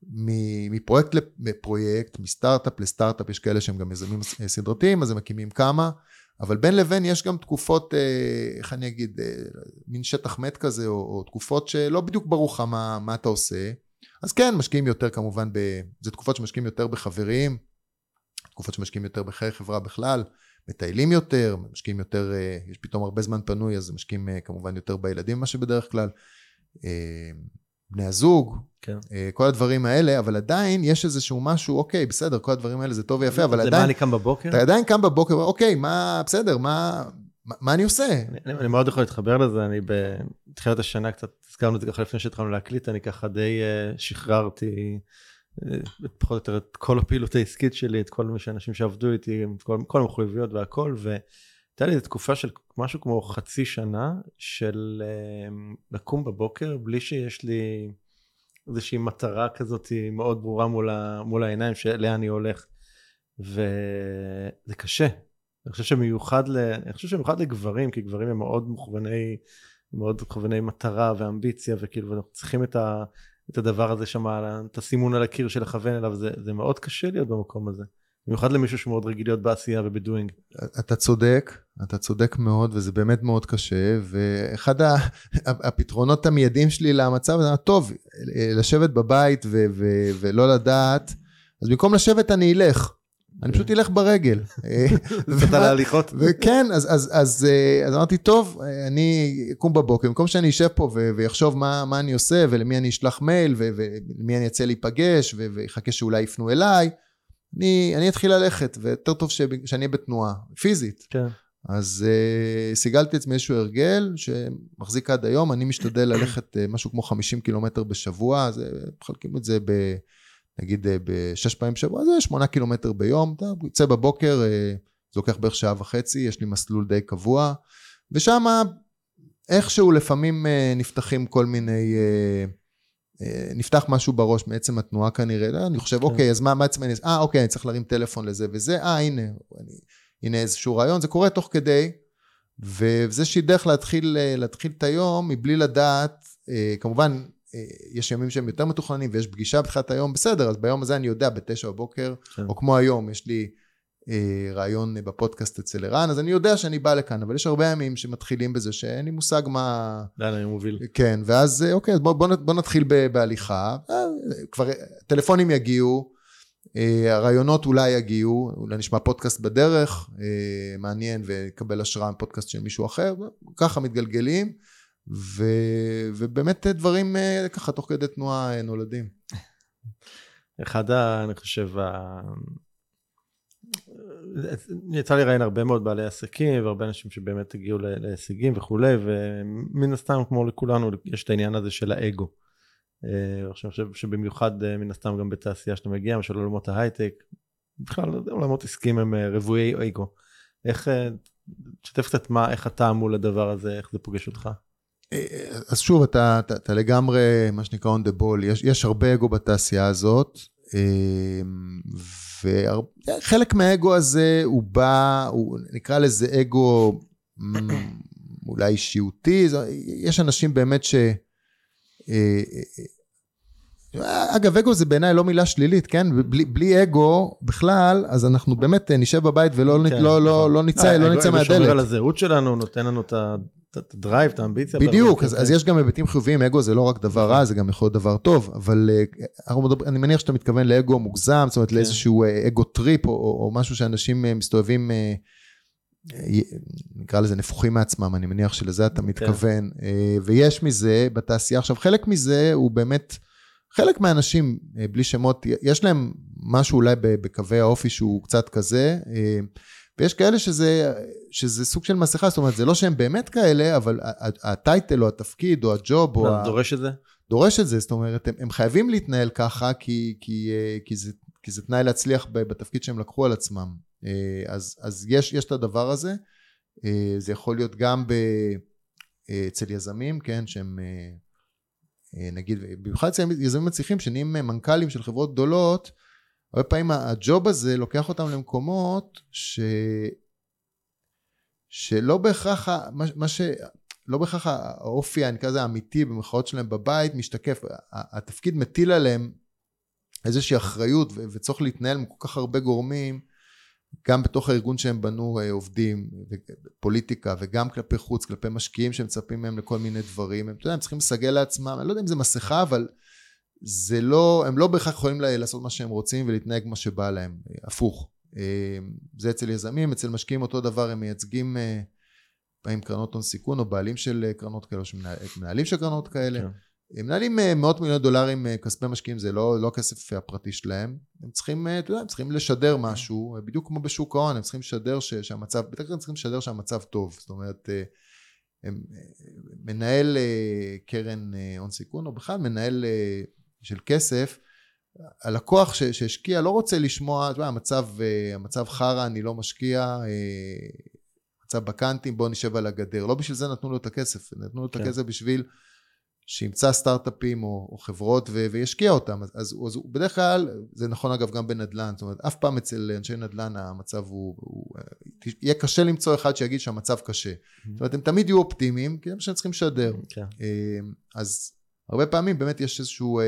מפרויקט לפרויקט, מסטארט-אפ לסטארט-אפ, יש כאלה שהם גם יזמים סדרתיים, אז הם מקימים כמה, אבל בין לבין יש גם תקופות, איך אני אגיד, מין שטח מת כזה, או, או תקופות שלא בדיוק ברור לך מה, מה אתה עושה, אז כן, משקיעים יותר כמובן, ב, זה תקופות שמשקיעים יותר בחברים, תקופות שמשקיעים יותר בחיי חברה בכלל, מטיילים יותר, משקיעים יותר, יש פתאום הרבה זמן פנוי, אז משקיעים כמובן יותר בילדים, מה שבדרך כלל, בני הזוג, כן. כל הדברים האלה, אבל עדיין יש איזשהו משהו, אוקיי, בסדר, כל הדברים האלה זה טוב ויפה, אבל עדיין... זה מה אני קם בבוקר? אתה עדיין קם בבוקר, אוקיי, מה, בסדר, מה, מה, מה אני עושה? אני, אני מאוד יכול להתחבר לזה, אני בתחילת השנה קצת, הזכרנו את זה ככה לפני שהתחלנו להקליט, אני ככה די uh, שחררתי, uh, פחות או יותר את כל הפעילות העסקית שלי, את כל מי שאנשים שעבדו איתי, את כל, כל המחויבויות והכל, והייתה לי תקופה של משהו כמו חצי שנה, של uh, לקום בבוקר, בלי שיש לי איזושהי מטרה כזאת מאוד ברורה מול, ה, מול העיניים, שלאן אני הולך, וזה קשה. אני חושב שמיוחד, ל... אני חושב שמיוחד לגברים, כי גברים הם מאוד מוכווני, מאוד מוכווני מטרה ואמביציה, וכאילו, אנחנו צריכים את, ה... את הדבר הזה שם, את הסימון על הקיר של לכוון אליו, זה, זה מאוד קשה להיות במקום הזה. במיוחד למישהו שמאוד רגיל להיות בעשייה ובדואינג. אתה צודק, אתה צודק מאוד, וזה באמת מאוד קשה, ואחד הפתרונות המיידיים שלי למצב, זה טוב, לשבת בבית ו- ו- ולא לדעת, אז במקום לשבת אני אלך, אני פשוט אלך ברגל. זאת על ההליכות. וכן, אז, אז, אז, אז אמרתי, טוב, אני אקום בבוקר, במקום שאני אשב פה ויחשוב מה, מה אני עושה, ולמי אני אשלח מייל, ולמי אני אצא להיפגש, ויחכה שאולי יפנו אליי, אני, אני אתחיל ללכת, ויותר טוב שאני אהיה בתנועה, פיזית. כן. אז uh, סיגלתי עצמי איזשהו הרגל, שמחזיק עד היום, אני משתדל ללכת uh, משהו כמו חמישים קילומטר בשבוע, אז מחלקים את זה ב... נגיד בשש פעמים בשבוע, זה שמונה קילומטר ביום, אתה יוצא בבוקר, זה לוקח בערך שעה וחצי, יש לי מסלול די קבוע, ושם איכשהו לפעמים נפתחים כל מיני, נפתח משהו בראש מעצם התנועה כנראה, אני חושב, אוקיי, אז מה בעצם אני, אה, אוקיי, אני צריך להרים טלפון לזה וזה, אה, הנה, הנה איזשהו רעיון, זה קורה תוך כדי, וזה שהיא דרך להתחיל, להתחיל את היום, מבלי לדעת, כמובן, יש ימים שהם יותר מתוכננים, ויש פגישה בתחילת היום, בסדר, אז ביום הזה אני יודע, בתשע בבוקר, כן. או כמו היום, יש לי אה, רעיון בפודקאסט אצל ערן, אז אני יודע שאני בא לכאן, אבל יש הרבה ימים שמתחילים בזה, שאין לי מושג מה... לאן אני מוביל. כן, ואז, אוקיי, אז בוא, בוא, בוא נתחיל בהליכה, אה, כבר טלפונים יגיעו, אה, הרעיונות אולי יגיעו, אולי נשמע פודקאסט בדרך, אה, מעניין, וקבל השראה פודקאסט של מישהו אחר, ככה מתגלגלים, ו... ובאמת דברים ככה תוך כדי תנועה נולדים. אחד, אני חושב, יצא לי ראיין הרבה מאוד בעלי עסקים, והרבה אנשים שבאמת הגיעו להישגים וכולי, ומן הסתם כמו לכולנו, יש את העניין הזה של האגו. אני חושב שבמיוחד מן הסתם גם בתעשייה שאתה מגיע, משל עולמות ההייטק, בכלל עולמות עסקים הם רבויי אגו. איך, תשתף קצת מה, איך אתה מול הדבר הזה, איך זה פוגש אותך? אז שוב, אתה, אתה, אתה לגמרי, מה שנקרא on the ball, יש, יש הרבה אגו בתעשייה הזאת, וחלק מהאגו הזה הוא בא, הוא נקרא לזה אגו אולי אישיותי, יש אנשים באמת ש... אגב, אגו זה בעיניי לא מילה שלילית, כן? בלי, בלי אגו בכלל, אז אנחנו באמת נשב בבית ולא כן, לא, לא, לא נצא, לא נצא מהדלת. אגו שומר על הזהות שלנו, נותן לנו את ה... את הדרייב, את האמביציה. בדיוק, אז, אז יש גם היבטים חיוביים, אגו זה לא רק דבר רע, זה גם יכול להיות דבר טוב, אבל אני מניח שאתה מתכוון לאגו מוגזם, זאת אומרת לאיזשהו אגו טריפ, או, או משהו שאנשים מסתובבים, נקרא לזה נפוחים מעצמם, אני מניח שלזה אתה מתכוון, ויש מזה בתעשייה, עכשיו חלק מזה הוא באמת, חלק מהאנשים, בלי שמות, יש להם משהו אולי בקווי האופי שהוא קצת כזה, ויש כאלה שזה, שזה סוג של מסכה, זאת אומרת, זה לא שהם באמת כאלה, אבל הטייטל או התפקיד או הג'וב, או דורש את זה? דורש את זה, זאת אומרת, הם, הם חייבים להתנהל ככה, כי, כי, כי, זה, כי זה תנאי להצליח בתפקיד שהם לקחו על עצמם. אז, אז יש, יש את הדבר הזה, זה יכול להיות גם ב, אצל יזמים, כן, שהם, נגיד, במיוחד אצל יזמים מצליחים, שנהיים מנכ"לים של חברות גדולות, הרבה פעמים הג'וב הזה לוקח אותם למקומות ש... שלא בהכרח, מה, מה ש... לא בהכרח האופי, אני כזה האמיתי במחאות שלהם בבית, משתקף, התפקיד מטיל עליהם איזושהי אחריות ו- וצורך להתנהל עם כל כך הרבה גורמים, גם בתוך הארגון שהם בנו עובדים, פוליטיקה, וגם כלפי חוץ, כלפי משקיעים שמצפים מהם לכל מיני דברים, הם, אתה יודע, הם צריכים לסגל לעצמם, אני לא יודע אם זה מסכה, אבל זה לא, הם לא בהכרח יכולים לעשות מה שהם רוצים ולהתנהג מה שבא להם, הפוך. זה אצל יזמים, אצל משקיעים אותו דבר, הם מייצגים פעמים קרנות הון סיכון, או בעלים של קרנות כאלה, או מנהלים של קרנות כאלה. Okay. הם מנהלים מאות מיליון דולרים כספי משקיעים, זה לא, לא הכסף הפרטי שלהם. הם צריכים, אתה יודע, הם צריכים לשדר משהו, בדיוק כמו בשוק ההון, הם צריכים לשדר שהמצב, בטח הם צריכים לשדר שהמצב טוב. זאת אומרת, הם, מנהל קרן הון סיכון, או בכלל מנהל של כסף, הלקוח שהשקיע לא רוצה לשמוע, המצב, המצב חרה, אני לא משקיע, מצב בקנטים, בוא נשב על הגדר. לא בשביל זה נתנו לו את הכסף, נתנו לו את הכסף בשביל שימצא סטארט-אפים או, או חברות ו, וישקיע אותם. אז, אז, אז בדרך כלל, זה נכון אגב גם בנדל"ן, זאת אומרת, אף פעם אצל אנשי נדל"ן המצב הוא, הוא יהיה קשה למצוא אחד שיגיד שהמצב קשה. Mm-hmm. זאת אומרת, הם תמיד יהיו אופטימיים, כי זה מה שהם צריכים לשדר. Okay. אז הרבה פעמים באמת יש איזשהו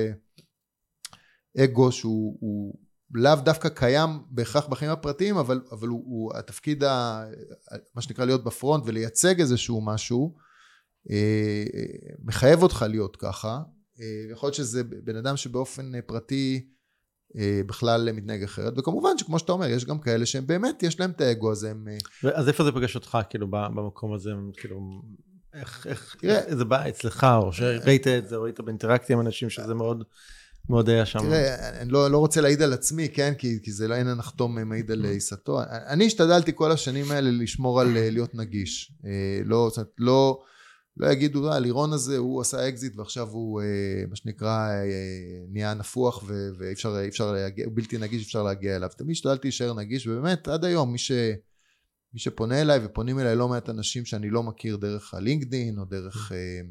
אגו שהוא הוא לאו דווקא קיים בהכרח בחיים הפרטיים, אבל, אבל הוא, הוא התפקיד, ה, מה שנקרא להיות בפרונט ולייצג איזשהו משהו, אה, מחייב אותך להיות ככה. אה, יכול להיות שזה בן אדם שבאופן פרטי אה, בכלל מתנהג אחרת, וכמובן שכמו שאתה אומר, יש גם כאלה שהם באמת, יש להם את האגו הזה. הם, אז איפה זה פגש אותך, כאילו, במקום הזה, כאילו, איך, איך, איך זה בא אצלך, או שראית את זה, או ראית באינטראקציה עם אנשים שזה מאוד... מאוד היה שם. תראה, אני לא, לא רוצה להעיד על עצמי, כן? כי, כי זה לא אין הנחתום מעיד על עיסתו. אני השתדלתי כל השנים האלה לשמור על להיות נגיש. לא, זאת אומרת, לא, לא יגידו, אה, לירון הזה, הוא עשה אקזיט, ועכשיו הוא, מה שנקרא, נהיה נפוח, ואי אפשר, אי אפשר להגיע, הוא בלתי נגיש, אפשר להגיע אליו. תמיד השתדלתי להישאר נגיש, ובאמת, עד היום, מי ש... מי שפונה אליי, ופונים אליי לא מעט אנשים שאני לא מכיר דרך הלינקדין, או דרך...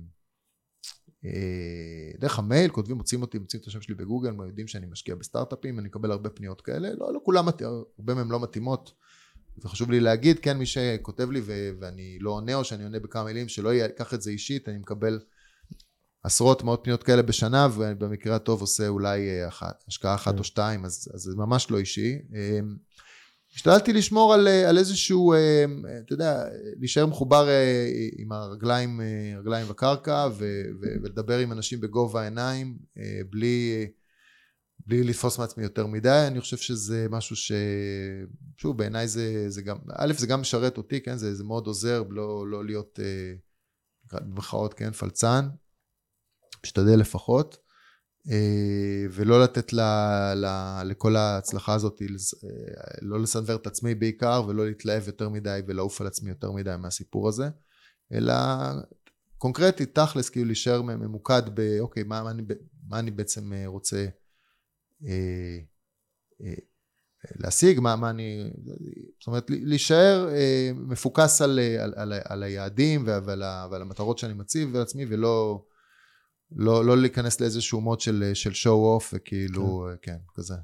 דרך המייל, כותבים, מוצאים אותי, מוצאים את השם שלי בגוגל, יודעים שאני משקיע בסטארט-אפים, אני מקבל הרבה פניות כאלה, לא, לא כולם, הרבה מהם לא מתאימות, וחשוב לי להגיד, כן, מי שכותב לי ו- ואני לא עונה, או שאני עונה בכמה מילים, שלא ייקח את זה אישית, אני מקבל עשרות מאות פניות כאלה בשנה, ובמקרה הטוב עושה אולי אחת, השקעה אחת או שתיים, אז, אז זה ממש לא אישי. השתדלתי לשמור על, על איזשהו, אתה יודע, להישאר מחובר עם הרגליים, הרגליים בקרקע, ו, ו, ולדבר עם אנשים בגובה העיניים, בלי, בלי לתפוס מעצמי יותר מדי. אני חושב שזה משהו ש... שוב, בעיניי זה, זה גם, א', זה גם משרת אותי, כן? זה, זה מאוד עוזר, לא, לא להיות, במחאות, כן? פלצן. משתדל לפחות. ולא לתת לה, לה, לכל ההצלחה הזאת, לא לסנבר את עצמי בעיקר, ולא להתלהב יותר מדי ולעוף על עצמי יותר מדי מהסיפור הזה, אלא קונקרטית, תכלס, כאילו להישאר ממוקד באוקיי, מה, מה, אני, מה אני בעצם רוצה אה, אה, להשיג, מה, מה אני, זאת אומרת, להישאר אה, מפוקס על, על, על, על היעדים ועל, ועל המטרות שאני מציב לעצמי, ולא לא, לא להיכנס לאיזשהו מוד של, של show off, וכאילו, כן, כן כזה.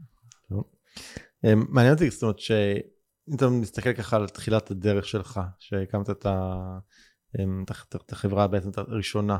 מעניין אותי, זאת אומרת, שאם אתה מסתכל ככה על תחילת הדרך שלך, שהקמת את, ה, את החברה בעצם הראשונה,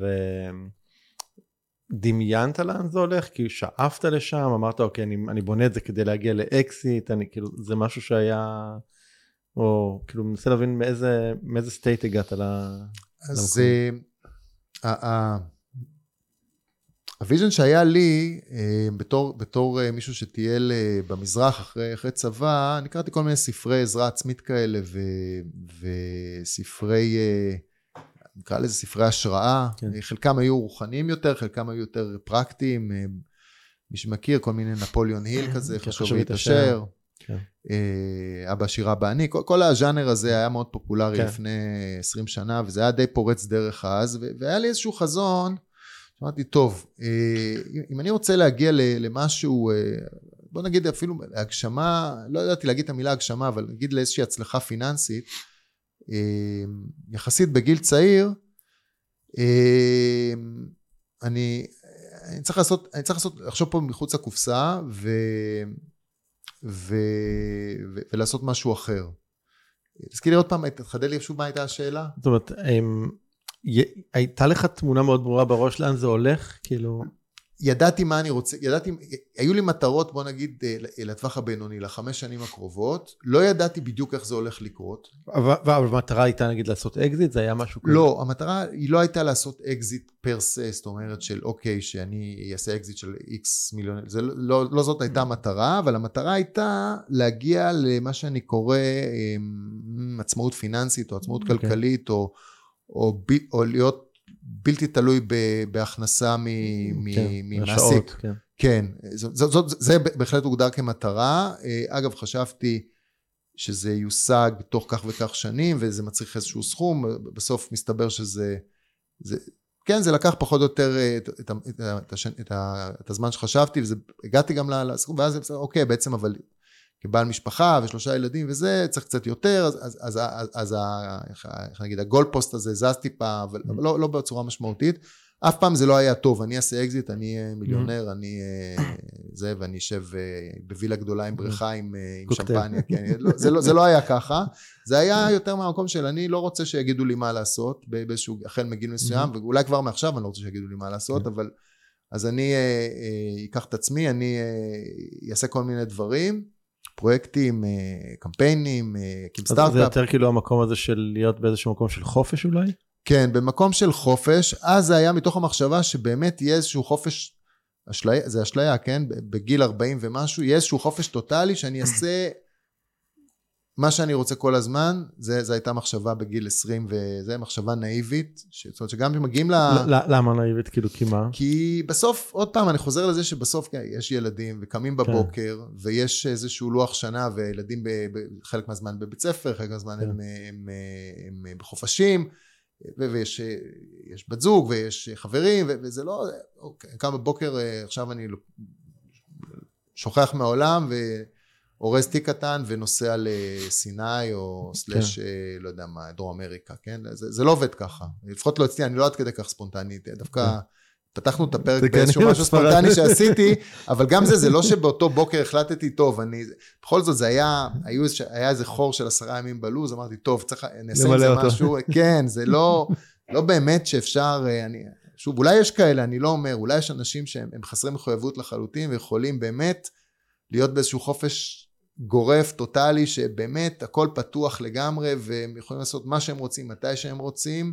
ודמיינת לאן זה הולך, כי שאפת לשם, אמרת, אוקיי, אני, אני בונה את זה כדי להגיע לאקסיט, אני, כאילו, זה משהו שהיה, או כאילו, מנסה להבין מאיזה, מאיזה סטייט הגעת ל... אז ה... ה... הוויז'ן שהיה לי, בתור, בתור מישהו שטייל במזרח אחרי, אחרי צבא, אני קראתי כל מיני ספרי עזרה עצמית כאלה, ו, וספרי, נקרא לזה ספרי השראה, כן. חלקם היו רוחניים יותר, חלקם היו יותר פרקטיים, מי שמכיר, כל מיני נפוליאון היל כזה, חשוב להתעשר, כן. אבא שירה בעני, כל, כל הז'אנר הזה היה מאוד פופולרי כן. לפני עשרים שנה, וזה היה די פורץ דרך אז, והיה לי איזשהו חזון, אמרתי, טוב, אם אני רוצה להגיע למשהו, בוא נגיד אפילו להגשמה, לא ידעתי להגיד את המילה הגשמה, אבל נגיד לאיזושהי הצלחה פיננסית, יחסית בגיל צעיר, אני, אני צריך לעשות, אני צריך לעשות, לחשוב פה מחוץ לקופסה, ו, ו, ו, ולעשות משהו אחר. תזכיר לי עוד פעם, תחדד לי שוב מה הייתה השאלה? זאת אומרת, הייתה לך תמונה מאוד ברורה בראש לאן זה הולך? כאילו... ידעתי מה אני רוצה, ידעתי, היו לי מטרות, בוא נגיד, לטווח הבינוני, לחמש שנים הקרובות, לא ידעתי בדיוק איך זה הולך לקרות. אבל המטרה הייתה, נגיד, לעשות אקזיט? זה היה משהו כזה? לא, המטרה היא לא הייתה לעשות אקזיט פר סה, זאת אומרת של, אוקיי, שאני אעשה אקזיט של איקס מיליון, זה לא, לא זאת הייתה המטרה, אבל המטרה הייתה להגיע למה שאני קורא עצמאות פיננסית, או עצמאות כלכלית, או, או, או להיות בלתי תלוי בהכנסה ממעסיק. כן. כן, זה בהחלט הוגדר כמטרה. אגב, חשבתי שזה יושג תוך כך וכך שנים, וזה מצריך איזשהו סכום, בסוף מסתבר שזה, כן, זה לקח פחות או יותר את הזמן שחשבתי, והגעתי גם לסכום, ואז זה, אוקיי, בעצם, אבל כבעל משפחה ושלושה ילדים וזה, צריך קצת יותר, אז, אז, אז, אז, אז איך נגיד, הגול פוסט הזה זז טיפה, אבל לא, לא בצורה משמעותית. אף פעם זה לא היה טוב, אני אעשה אקזיט, אני מיליונר, אני זה, ואני אשב בווילה גדולה עם בריכה, עם שמפניה, זה לא, זה לא היה ככה, זה היה יותר מהמקום של אני לא רוצה שיגידו לי מה לעשות, באיזשהו, החל מגיל מסוים, ואולי כבר מעכשיו אני לא רוצה שיגידו לי מה לעשות, אבל, אז אני אקח את עצמי, אני אעשה כל מיני דברים, פרויקטים, קמפיינים, סטארט-אפ. זה יותר כאילו המקום הזה של להיות באיזשהו מקום של חופש אולי? כן, במקום של חופש, אז זה היה מתוך המחשבה שבאמת יהיה איזשהו חופש, אשליה, זה אשליה, כן? בגיל ארבעים ומשהו, יהיה איזשהו חופש טוטלי שאני אעשה מה שאני רוצה כל הזמן, זה, זה הייתה מחשבה בגיל עשרים, וזה מחשבה נאיבית, זאת אומרת שגם מגיעים ל... למה נאיבית? כאילו, כי מה? כי בסוף, עוד פעם, אני חוזר לזה שבסוף יש ילדים, וקמים בבוקר, ויש איזשהו לוח שנה, וילדים בחלק מהזמן בבית ספר, חלק מהזמן הם, הם, הם בחופשים, ויש יש בת זוג, ויש חברים, וזה לא... קם בבוקר, עכשיו אני שוכח מהעולם, ו... אורז תיק קטן ונוסע לסיני או סלש, לא יודע מה, דרום אמריקה, כן? זה, זה לא עובד ככה. לפחות לא אצלי, אני לא עד כדי כך ספונטני. דווקא פתחנו את הפרק באיזשהו משהו ספונטני שעשיתי, אבל גם זה, זה לא שבאותו בוקר החלטתי, טוב, אני, בכל זאת זה היה, היה איזה חור של עשרה ימים בלוז, אמרתי, טוב, צריך, נעשה עם זה משהו, כן, זה לא, לא באמת שאפשר, אני, שוב, אולי יש כאלה, אני לא אומר, אולי יש אנשים שהם חסרי מחויבות לחלוטין, ויכולים באמת להיות באיזשהו חופש גורף, טוטלי, שבאמת הכל פתוח לגמרי, והם יכולים לעשות מה שהם רוצים, מתי שהם רוצים.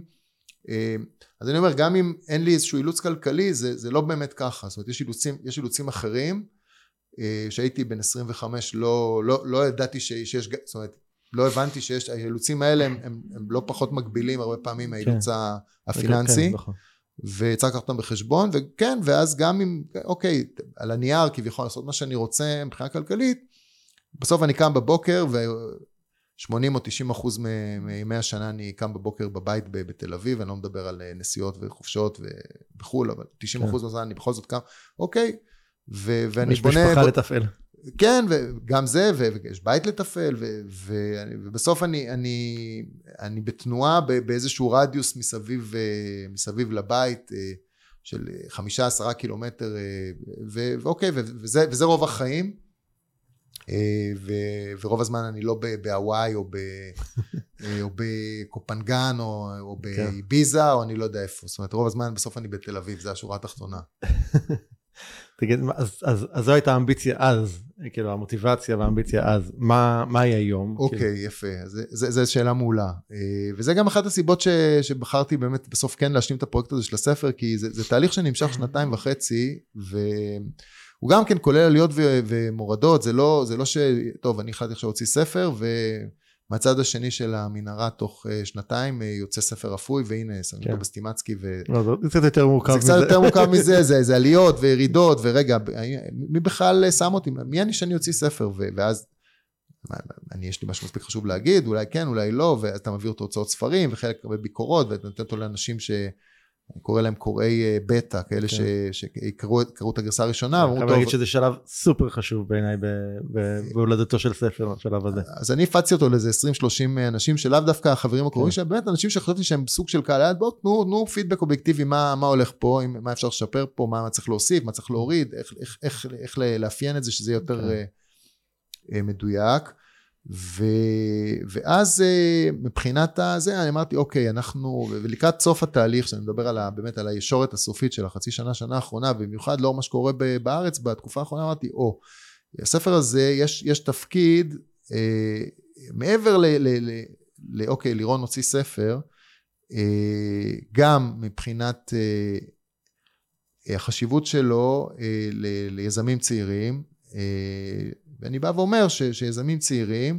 אז אני אומר, גם אם אין לי איזשהו אילוץ כלכלי, זה, זה לא באמת ככה. זאת אומרת, יש אילוצים, יש אילוצים אחרים, שהייתי בן עשרים וחמש, לא, לא, לא ידעתי שיש, זאת אומרת, לא הבנתי שיש, האילוצים האלה הם, הם, הם לא פחות מגבילים, הרבה פעמים מהאילוץ הפיננסי. כן, נכון. וצריך לקחת אותם בחשבון, וכן, ואז גם אם, אוקיי, על הנייר כביכול לעשות מה שאני רוצה מבחינה כלכלית, בסוף אני קם בבוקר, ו-שמונים או תשעים אחוז מימי השנה אני קם בבוקר בבית בתל אביב, אני לא מדבר על נסיעות וחופשות ובחול, אבל תשעים אחוז מהזמן אני בכל זאת קם, אוקיי, ואני בונה... יש משפחה לתפעל. כן, וגם זה, ויש בית לתפעל, ובסוף אני, אני, אני בתנועה באיזשהו רדיוס מסביב, מסביב לבית, של חמישה עשרה קילומטר, ואוקיי, וזה, וזה רוב החיים, ורוב הזמן אני לא בהוואי, או בקופנגן, או באיביזה, או אני לא יודע איפה, זאת אומרת, רוב הזמן בסוף אני בתל אביב, זה השורה התחתונה. תגיד, אז, אז, אז זו הייתה האמביציה אז, כאילו המוטיבציה והאמביציה אז, מה, מה היא היום? אוקיי, כאילו? יפה, זה, זה, זה שאלה מעולה, וזה גם אחת הסיבות ש, שבחרתי באמת בסוף כן להשלים את הפרויקט הזה של הספר, כי זה, זה תהליך שנמשך שנתיים וחצי, והוא גם כן כולל עליות ו, ומורדות, זה לא, זה לא ש, טוב, אני החלטתי עכשיו להוציא ספר, ו... מהצד השני של המנהרה תוך שנתיים יוצא ספר אפוי, והנה, שמים אותו בסטימצקי. זה קצת יותר מורכב מזה. זה קצת יותר מורכב מזה, זה עליות וירידות, ורגע, מי בכלל שם אותי? מי אני שאני יוציא ספר? ואז, אני יש לי משהו מספיק חשוב להגיד, אולי כן, אולי לא, ואז אתה מביא אותו הוצאות ספרים, וחלק הרבה ביקורות, ואתה נותן אותו לאנשים ש... אני קורא להם קוראי בטא, כאלה שקראו את הגרסה הראשונה. אני חייב להגיד שזה שלב סופר חשוב בעיניי בהולדתו של ספר, השלב הזה. אז אני הפצתי אותו לאיזה עשרים שלושים אנשים, שלאו דווקא החברים הקוראים שהם באמת אנשים שחשבתי שהם סוג של קהל, בואו תנו, תנו פידבק אובייקטיבי, מה הולך פה, מה אפשר לשפר פה, מה צריך להוסיף, מה צריך להוריד, איך לאפיין את זה, שזה יותר מדויק. ו... ואז מבחינת הזה, אני אמרתי, אוקיי, אנחנו, ולקראת סוף התהליך, שאני מדבר על ה... באמת על הישורת הסופית של החצי שנה, שנה האחרונה, במיוחד לאור מה שקורה בארץ, בתקופה האחרונה, אמרתי, או, הספר הזה, יש, יש תפקיד, אה, מעבר ל... ל... ל... ל... אוקיי, לירון הוציא ספר, אה, גם מבחינת אה, החשיבות שלו אה, ל... ליזמים צעירים, אה, ואני בא ואומר ש, שיזמים צעירים,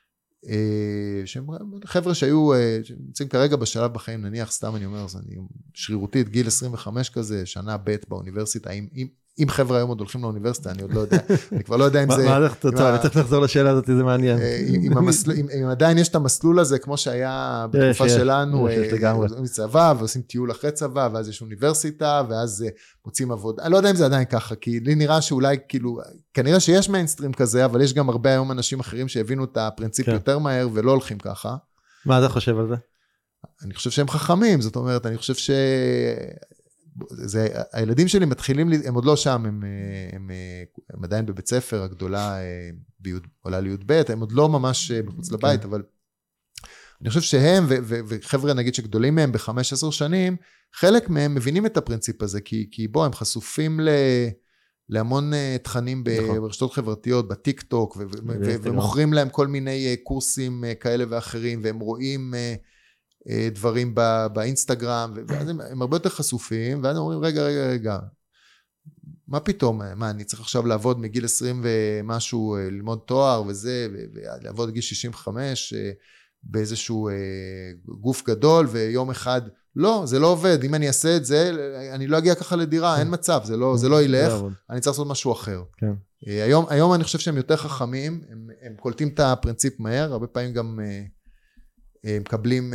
שהם חבר'ה שהיו, שנמצאים כרגע בשלב בחיים, נניח, סתם אני אומר, אני שרירותית, גיל עשרים וחמש כזה, שנה ב' באוניברסיטה, אם, אם, אם חבר'ה היום עוד הולכים לאוניברסיטה, אני עוד לא יודע, אני כבר לא יודע אם זה... מה הולך, טוב, אני צריך לחזור לשאלה הזאת, זה מעניין. אם עדיין יש את המסלול הזה, כמו שהיה בתקופה שלנו, עושים צבא, ועושים טיול אחרי צבא, ואז יש אוניברסיטה, ואז מוצאים עבודה. אני לא יודע אם זה עדיין ככה, כי לי נראה שאולי, כאילו, כנראה שיש מיינסטרים כזה, אבל יש גם הרבה היום אנשים אחרים שהבינו את הפרינציפ יותר מהר, ולא הולכים ככה. מה אתה חושב על זה? אני חושב שהם חכמים, זאת אומרת, אני חושב ש... זה, הילדים שלי מתחילים, הם עוד לא שם, הם, הם, הם עדיין בבית ספר, הגדולה ביוד, עולה ליוד ב', הם עוד לא ממש מחוץ לבית, אבל אני חושב שהם, ו, ו, וחבר'ה נגיד שגדולים מהם בחמש עשר שנים, חלק מהם מבינים את הפרינציפ הזה, כי, כי בוא, הם חשופים ל, להמון תכנים ברשתות חברתיות, בטיק טוק, ו, ו, ו, ומוכרים להם כל מיני קורסים כאלה ואחרים, והם רואים דברים בא, באינסטגרם, ואז הם, הם הרבה יותר חשופים, ואז הם אומרים, רגע, רגע, רגע, מה פתאום, מה, אני צריך עכשיו לעבוד מגיל עשרים ומשהו, ללמוד תואר וזה, ולעבוד בגיל שישים וחמש, באיזשהו גוף גדול, ויום אחד, לא, זה לא עובד, אם אני אעשה את זה, אני לא אגיע ככה לדירה, אין מצב, זה לא, זה לא ילך, אני צריך לעשות משהו אחר. כן. היום, היום אני חושב שהם יותר חכמים, הם, הם קולטים את הפרינציפ מהר, הרבה פעמים גם מקבלים,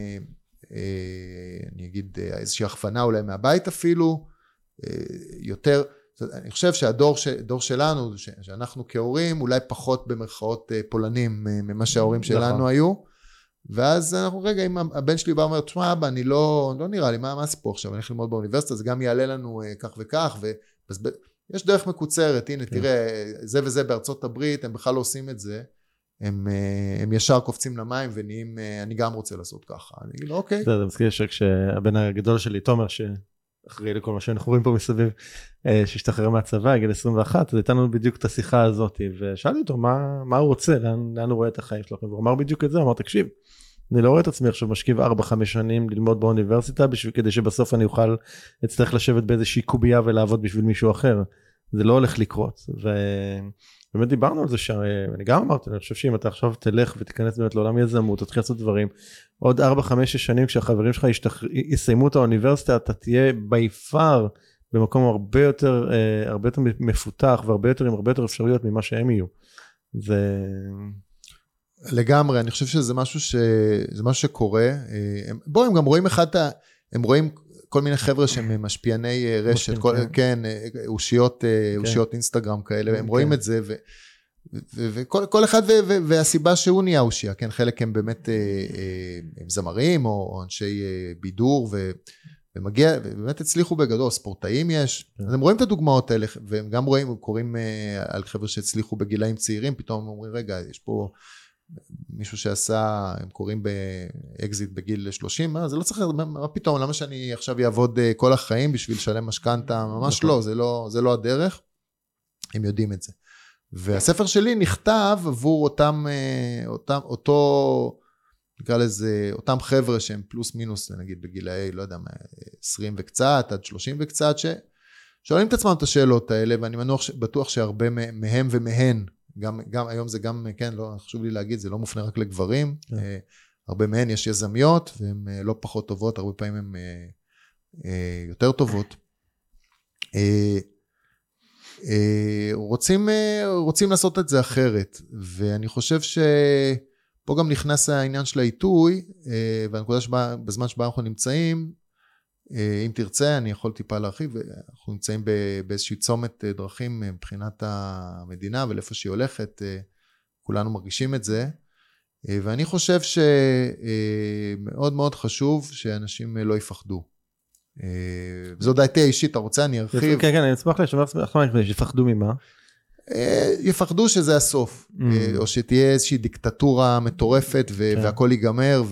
אני אגיד, איזושהי הכוונה אולי מהבית אפילו, יותר, אני חושב שהדור דור שלנו, שאנחנו כהורים, אולי פחות במרכאות פולנים ממה שההורים שלנו היו, ואז אנחנו רגע, אם הבן שלי בא ואומר, תשמע אבא, אני לא, לא נראה לי, מה, מה הסיפור עכשיו, אני הולך ללמוד באוניברסיטה, זה גם יעלה לנו כך וכך, ויש דרך מקוצרת, הנה תראה, זה וזה בארצות הברית, הם בכלל לא עושים את זה, הם, הם ישר קופצים למים ונהיים, אני גם רוצה לעשות ככה. אני אגיד לו, אוקיי. זה, זה מזכיר שכשהבן הגדול שלי, תומר, שאחראי לכל מה שאנחנו רואים פה מסביב, שהשתחרר מהצבא, גיל עשרים ואחת, אז הייתה לנו בדיוק את השיחה הזאת, ושאלתי אותו, מה, מה הוא רוצה, לאן, לאן הוא רואה את החיים שלו, והוא אמר בדיוק את זה, הוא אמר, תקשיב, אני לא רואה את עצמי עכשיו משכיב ארבע חמש שנים ללמוד באוניברסיטה, בשביל, כדי שבסוף אני אוכל, אצטרך לשבת באיזושהי קובייה ולעבוד בשביל מישהו אחר. זה לא הולך לקרות, ו... באמת דיברנו על זה, שאני גם אמרתי, אני חושב שאם אתה עכשיו תלך ותיכנס באמת לעולם יזמות, תתחיל לעשות דברים, עוד ארבע חמש שש שנים כשהחברים שלך יסיימו את האוניברסיטה, אתה תהיה ביפר במקום הרבה יותר, הרבה יותר מפותח, והרבה יותר עם הרבה יותר אפשרויות ממה שהם יהיו. זה... לגמרי, אני חושב שזה משהו ש... זה משהו שקורה. בואו, הם גם רואים אחד, הם רואים כל מיני חבר'ה שהם משפיעני רשת, כל, כן, אושיות, אושיות אינסטגרם כאלה, הם רואים את זה, וכל כל אחד והסיבה שהוא נהיה אושיה, כן, חלק הם באמת הם זמרים, או אנשי בידור, ומגיע, ובאמת הצליחו בגדול, ספורטאים יש, אז הם רואים את הדוגמאות האלה, והם גם רואים, הם קוראים על חבר'ה שהצליחו בגילאים צעירים, פתאום הם אומרים, רגע, יש פה... מישהו שעשה, הם קוראים באקזיט בגיל שלושים, מה, זה לא צריך, מה פתאום, למה שאני עכשיו אעבוד כל החיים בשביל לשלם משכנתה, ממש לא, זה לא, זה לא הדרך, הם יודעים את זה. והספר שלי נכתב עבור אותם, אותם, אותו, נקרא לזה, אותם חבר'ה שהם פלוס מינוס, נגיד בגילאי, לא יודע, עשרים וקצת, עד שלושים וקצת, ששואלים את עצמם את השאלות האלה, ואני מנוח, בטוח שהרבה מהם ומהן, גם, גם היום זה גם, כן, לא, חשוב לי להגיד, זה לא מופנה רק לגברים, yeah. אה, הרבה מהן יש יזמיות, והן אה, לא פחות טובות, הרבה פעמים הן אה, אה, יותר טובות. אה, אה, רוצים, אה, רוצים לעשות את זה אחרת, ואני חושב שפה גם נכנס העניין של העיתוי, אה, והנקודה שבה, בזמן שבה אנחנו נמצאים, אם תרצה, אני יכול טיפה להרחיב, אנחנו נמצאים באיזושהי צומת דרכים מבחינת המדינה, ולאיפה שהיא הולכת, כולנו מרגישים את זה, ואני חושב שמאוד מאוד חשוב שאנשים לא יפחדו. וזו דעתי האישית, אתה רוצה, אני ארחיב. כן, כן, אני אשמח לשמוע, שיפחדו ממה? יפחדו שזה הסוף, או שתהיה איזושהי דיקטטורה מטורפת, והכל ייגמר,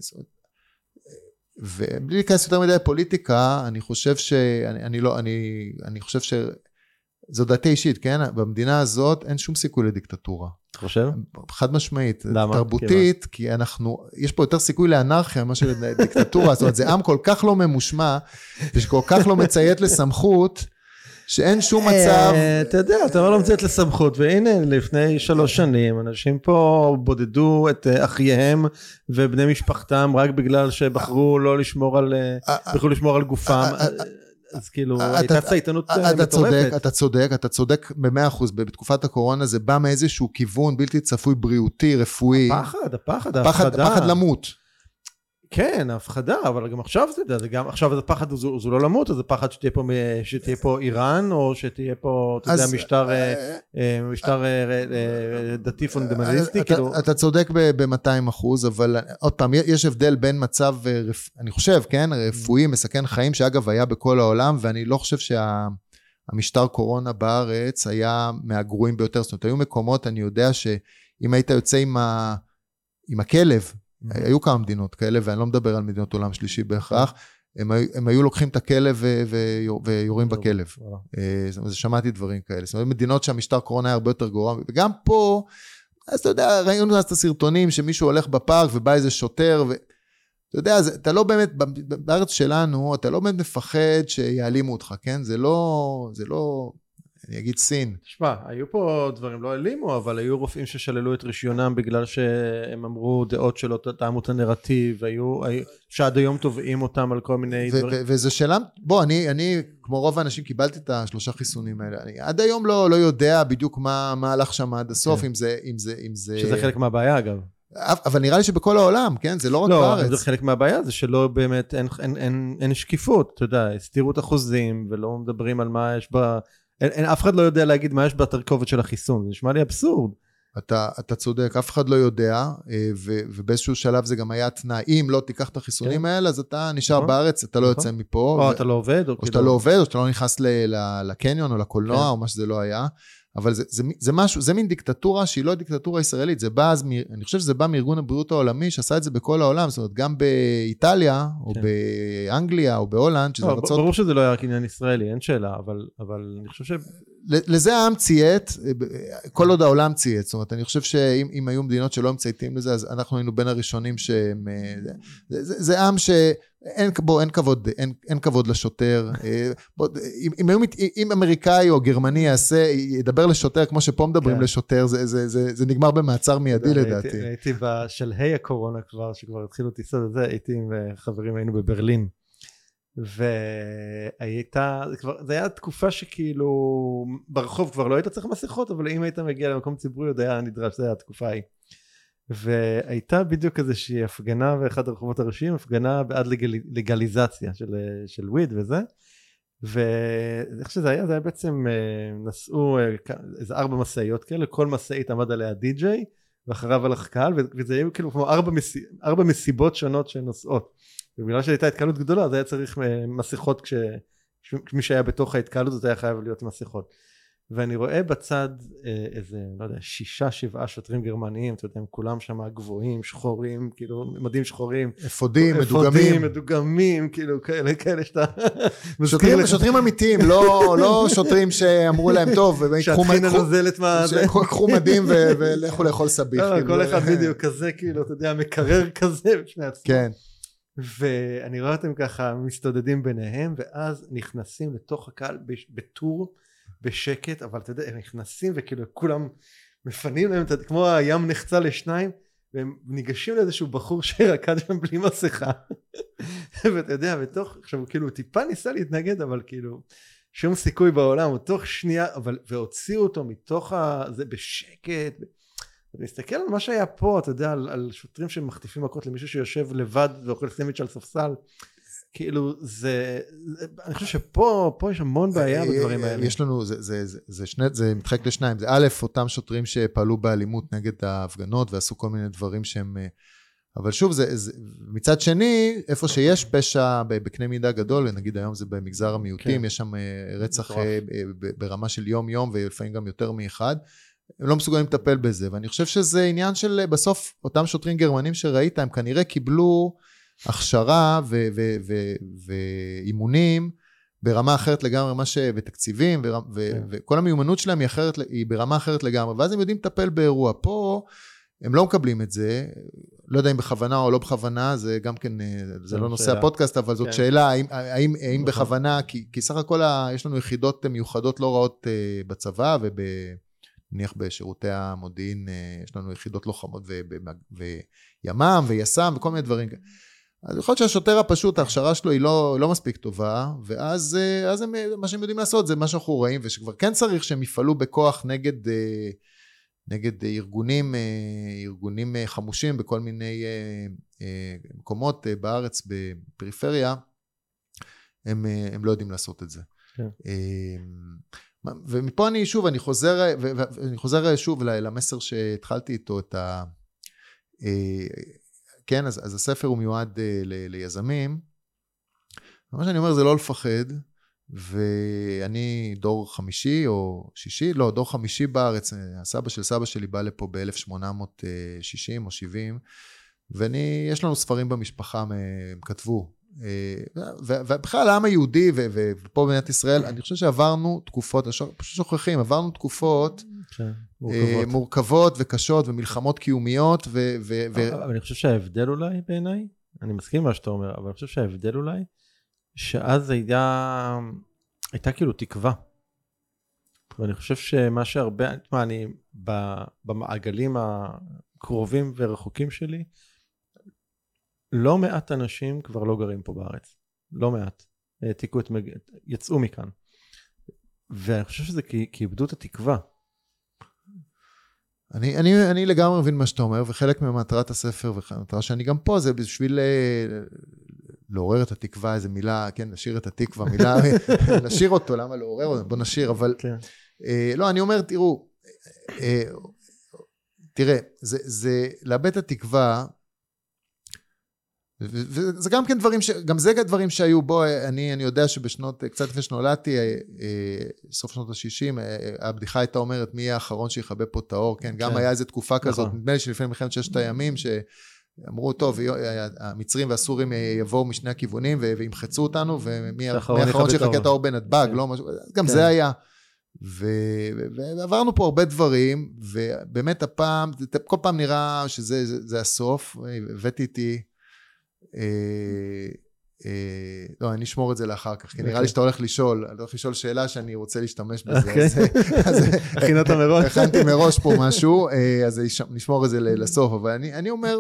ובלי להיכנס יותר מדי פוליטיקה, אני חושב ש... אני לא, אני, אני חושב ש... זו דעתי אישית, כן? במדינה הזאת אין שום סיכוי לדיקטטורה. אתה חושב? חד משמעית. למה? תרבותית, כי אנחנו, יש פה יותר סיכוי לאנרכיה, מה של דיקטטורה, זאת אומרת, זה עם כל כך לא ממושמע, ושכל כך לא מציית לסמכות, שאין שום מצב... אתה יודע, אתה לא מציית לסמכות, והנה, לפני שלוש שנים, אנשים פה בודדו את אחייהם ובני משפחתם, רק בגלל שבחרו לא לשמור על, בחרו לשמור על גופם, אז כאילו, הייתה צייתנות מטורפת. אתה צודק, אתה צודק במאה אחוז, בתקופת הקורונה זה בא מאיזשהו כיוון בלתי צפוי, בריאותי, רפואי. הפחד, הפחד, ההפחדה. הפחד למות. כן, ההפחדה, אבל גם עכשיו זה יודע, זה גם, עכשיו הפחד זו, זו לא למות, אז הפחד שתהיה פה, שתהיה פה איראן, או שתהיה פה, אתה יודע, משטר, משטר דתי פונדמנטליסטי, כאילו. אתה צודק ב-מאתיים אחוז, אבל עוד פעם, יש הבדל בין מצב, אני חושב, כן, רפואי, מסכן חיים, שאגב היה בכל העולם, ואני לא חושב שהמשטר קורונה בארץ היה מהגרועים ביותר, זאת אומרת, היו מקומות, אני יודע שאם היית יוצא עם הכלב, היו כמה מדינות כאלה, ואני לא מדבר על מדינות עולם שלישי בהכרח, הם, הם היו לוקחים את הכלב ו, ו, ויורים בכלב. אז שמעתי דברים כאלה. זאת אומרת, מדינות שהמשטר קורונה היה הרבה יותר גרוע, וגם פה, אז אתה יודע, ראינו את הסרטונים שמישהו הולך בפארק ובא איזה שוטר, ואתה יודע, זה, אתה לא באמת, בארץ שלנו, אתה לא באמת מפחד שיעלימו אותך, כן? זה לא, זה לא... אני אגיד סין. תשמע, היו פה דברים לא אלימו, אבל היו רופאים ששללו את רישיונם בגלל שהם אמרו דעות שלא טעמו את הנרטיב, והיו, שעד היום תובעים אותם על כל מיני דברים. וזה שאלה, בוא, אני, אני, כמו רוב האנשים, קיבלתי את השלושה חיסונים האלה. אני עד היום לא, לא יודע בדיוק מה, מה הלך שם עד הסוף, אם זה, אם זה, אם זה... שזה חלק מהבעיה, אגב. אבל נראה לי שבכל העולם, כן? זה לא רק בארץ. לא, זה חלק מהבעיה, זה שלא באמת, אין, אין, אין, אין שקיפות, אתה יודע, הסתירו את החוזים, ולא מדברים על מה יש בה... אין, אין, אף אחד לא יודע להגיד מה יש בתרכובת של החיסון, זה נשמע לי אבסורד. אתה, אתה צודק, אף אחד לא יודע, ו, ובאיזשהו שלב זה גם היה תנאי, אם לא תיקח את החיסונים כן. האלה, אז אתה נשאר נכון. בארץ, אתה לא נכון. יוצא מפה. או ו... אתה לא עובד. או, או שאתה לא עובד, או שאתה לא נכנס ל, ל, לקניון או לקולנוע, כן. או מה שזה לא היה. אבל זה, זה, זה משהו, זה מין דיקטטורה שהיא לא דיקטטורה ישראלית, זה בא, אז, אני חושב שזה בא מארגון הבריאות העולמי, שעשה את זה בכל העולם, זאת אומרת, גם באיטליה, או כן. באנגליה, או בהולנד, שזה לא, רצות... ברור שזה לא היה עניין ישראלי, אין שאלה, אבל, אבל אני חושב ש... לזה העם ציית, כל עוד העולם ציית, זאת אומרת, אני חושב שאם היו מדינות שלא מצייתים לזה, אז אנחנו היינו בין הראשונים שהם, זה, זה עם שאין, בוא, אין כבוד, אין, אין כבוד לשוטר, בוא, אם, אם, אם אמריקאי או גרמני יעשה, ידבר לשוטר כמו שפה מדברים כן. לשוטר, זה, זה, זה, זה נגמר במעצר מיידי לדעתי. הייתי, הייתי בשלהי הקורונה כבר, שכבר התחילו טיסות את זה, הייתי עם חברים, היינו בברלין, והייתה, זה, כבר, זה היה תקופה שכאילו ברחוב כבר לא היית צריך מסכות, אבל אם היית מגיע למקום ציבורי עוד היה נדרש, זה היה התקופה ההיא. והייתה בדיוק איזושהי הפגנה באחד הרחובות הראשיים, הפגנה בעד לגל, לגליזציה של, של וויד וזה, ואיך שזה היה, זה היה בעצם נסעו איזה ארבע מסעיות כאלה, כל מסעית עמד עליה די-ג'יי, ואחריו הלך קהל, וזה היו כאילו כמו ארבע, מס... ארבע מסיבות שונות שנוסעות. ובגלל שהייתה התקהלות גדולה, אז היה צריך מסכות, כש... כשמי שהיה בתוך ההתקהלות, זה היה חייב להיות מסכות. ואני רואה בצד איזה, לא יודע, שישה, שבעה שוטרים גרמניים, אתה יודע, הם כולם שם גבוהים, שחורים, כאילו, מדים שחורים. אפודים, מדוגמים. אפודים, מדוגמים, כאילו, כאלה, כאלה שאתה... שוטרים, שוטרים אמיתיים, לא, לא שוטרים שאמרו להם, טוב, שהתחיל הנוזלת מה... קחו מדים ולכו לאכול סביח. כל אחד בדיוק כזה, כאילו, אתה יודע, מקרר כזה בשני עצמם. כן. ואני רואה אותם ככה מסתודדים ביניהם, ואז נכנסים לתוך הקהל בטור, בשקט, אבל אתה יודע, הם נכנסים וכאילו כולם מפנים להם, כמו הים נחצה לשניים, והם ניגשים לאיזשהו בחור שרקד שם בלי מסכה, ואתה יודע, בתוך, עכשיו הוא כאילו טיפה ניסה להתנגד, אבל כאילו שום סיכוי בעולם, הוא תוך שנייה, אבל, והוציאו אותו מתוך זה בשקט, ואתה מסתכל על מה שהיה פה, אתה יודע, על, על שוטרים שמחטיפים מכות למישהו שיושב לבד ואוכל סנדוויץ' על ספסל, כאילו זה, אני חושב שפה, פה יש המון בעיה בדברים האלה. יש לנו, זה, זה, זה, זה שני, זה מתחלק לשניים, זה א', אותם שוטרים שפעלו באלימות נגד ההפגנות, ועשו כל מיני דברים שהם, אבל שוב, זה, זה, מצד שני, איפה שיש פשע בקנה מידה גדול, נגיד היום זה במגזר המיעוטים, כן. יש שם רצח ברמה של יום-יום, ולפעמים גם יותר מאחד, הם לא מסוגלים לטפל בזה, ואני חושב שזה עניין של, בסוף, אותם שוטרים גרמנים שראית, הם כנראה קיבלו הכשרה ו- ו- ו- ואימונים, ברמה אחרת לגמרי, מה ש... ותקציבים, ו... ו... כן. וכל המיומנות שלהם היא, אחרת, היא ברמה אחרת לגמרי, ואז הם יודעים לטפל באירוע. פה הם לא מקבלים את זה, לא יודע אם בכוונה או לא בכוונה, זה גם כן, זה לא נושא שאלה. הפודקאסט, אבל זאת כן. שאלה, האם, האם, האם בכוונה, כי, כי סך הכל ה... יש לנו יחידות מיוחדות לא רעות uh, בצבא, ונניח בשירותי המודיעין, uh, יש לנו יחידות לוחמות ו... ו... וימ"מ ויס"מ וכל מיני דברים כאלה. אז יכול להיות שהשוטר הפשוט, ההכשרה שלו היא לא, לא מספיק טובה, ואז אז הם, מה שהם יודעים לעשות זה מה שאנחנו רואים, ושכבר כן צריך שהם יפעלו בכוח נגד, נגד ארגונים, ארגונים חמושים בכל מיני מקומות בארץ, בפריפריה, הם, הם לא יודעים לעשות את זה. כן. ומפה אני שוב, אני חוזר, ואני חוזר שוב למסר שהתחלתי איתו, את ה... כן, אז, אז הספר הוא מיועד uh, ל, ליזמים. מה שאני אומר זה לא לפחד, ואני דור חמישי או שישי, לא, דור חמישי בארץ, הסבא של סבא שלי בא לפה ב-אלף שמונה מאות שישים או שבעים, ואני, יש לנו ספרים במשפחה, הם כתבו, ובכלל העם היהודי, ופה במדינת ישראל, אני חושב שעברנו תקופות, פשוט שוכחים, עברנו תקופות, מורכבות. מורכבות וקשות ומלחמות קיומיות. ו- ו- ו- אבל אני חושב שההבדל אולי בעיניי, אני מסכים מה שאתה אומר, אבל אני חושב שההבדל אולי, שאז היה, הייתה כאילו תקווה. ואני חושב שמה שהרבה, מה, אני במעגלים הקרובים ורחוקים שלי, לא מעט אנשים כבר לא גרים פה בארץ. לא מעט. תיקו את מג... יצאו מכאן. ואני חושב שזה כי, כי איבדו את התקווה. אני, אני, אני לגמרי מבין מה שאתה אומר, וחלק ממטרת הספר, והמטרה שאני גם פה, זה בשביל לעורר את התקווה, איזו מילה, כן, נשאיר את התקווה, מילה, נשאיר אותו, למה לעורר אותו? בוא נשאיר, אבל, כן. אה, לא, אני אומר, תראו, אה, תראה, זה, זה, לאבד את התקווה, וזה גם כן דברים, ש... גם זה דברים שהיו בו, אני, אני יודע שבשנות, קצת לפני שנולדתי, סוף שנות ה-שישים, הבדיחה הייתה אומרת, מי יהיה האחרון שיחבא פה את האור, כן, גם היה איזו תקופה כזאת, נדמה לי שלפני מלחמת ששת הימים, שאמרו, טוב, המצרים והסורים יבואו משני הכיוונים, וימחצו אותנו, ומי האחרון שיחכה את האור בנתב"ג, לא משהו, גם זה היה. ועברנו פה הרבה דברים, ובאמת הפעם, כל פעם נראה שזה הסוף, הבאתי איתי, לא, אני אשמור את זה לאחר כך, כי נראה לי שאתה הולך לשאול, אני הולך לשאול שאלה שאני רוצה להשתמש בזה, אז הכינת מראש. הכנתי מראש פה משהו, אז נשמור את זה לסוף, אבל אני אומר,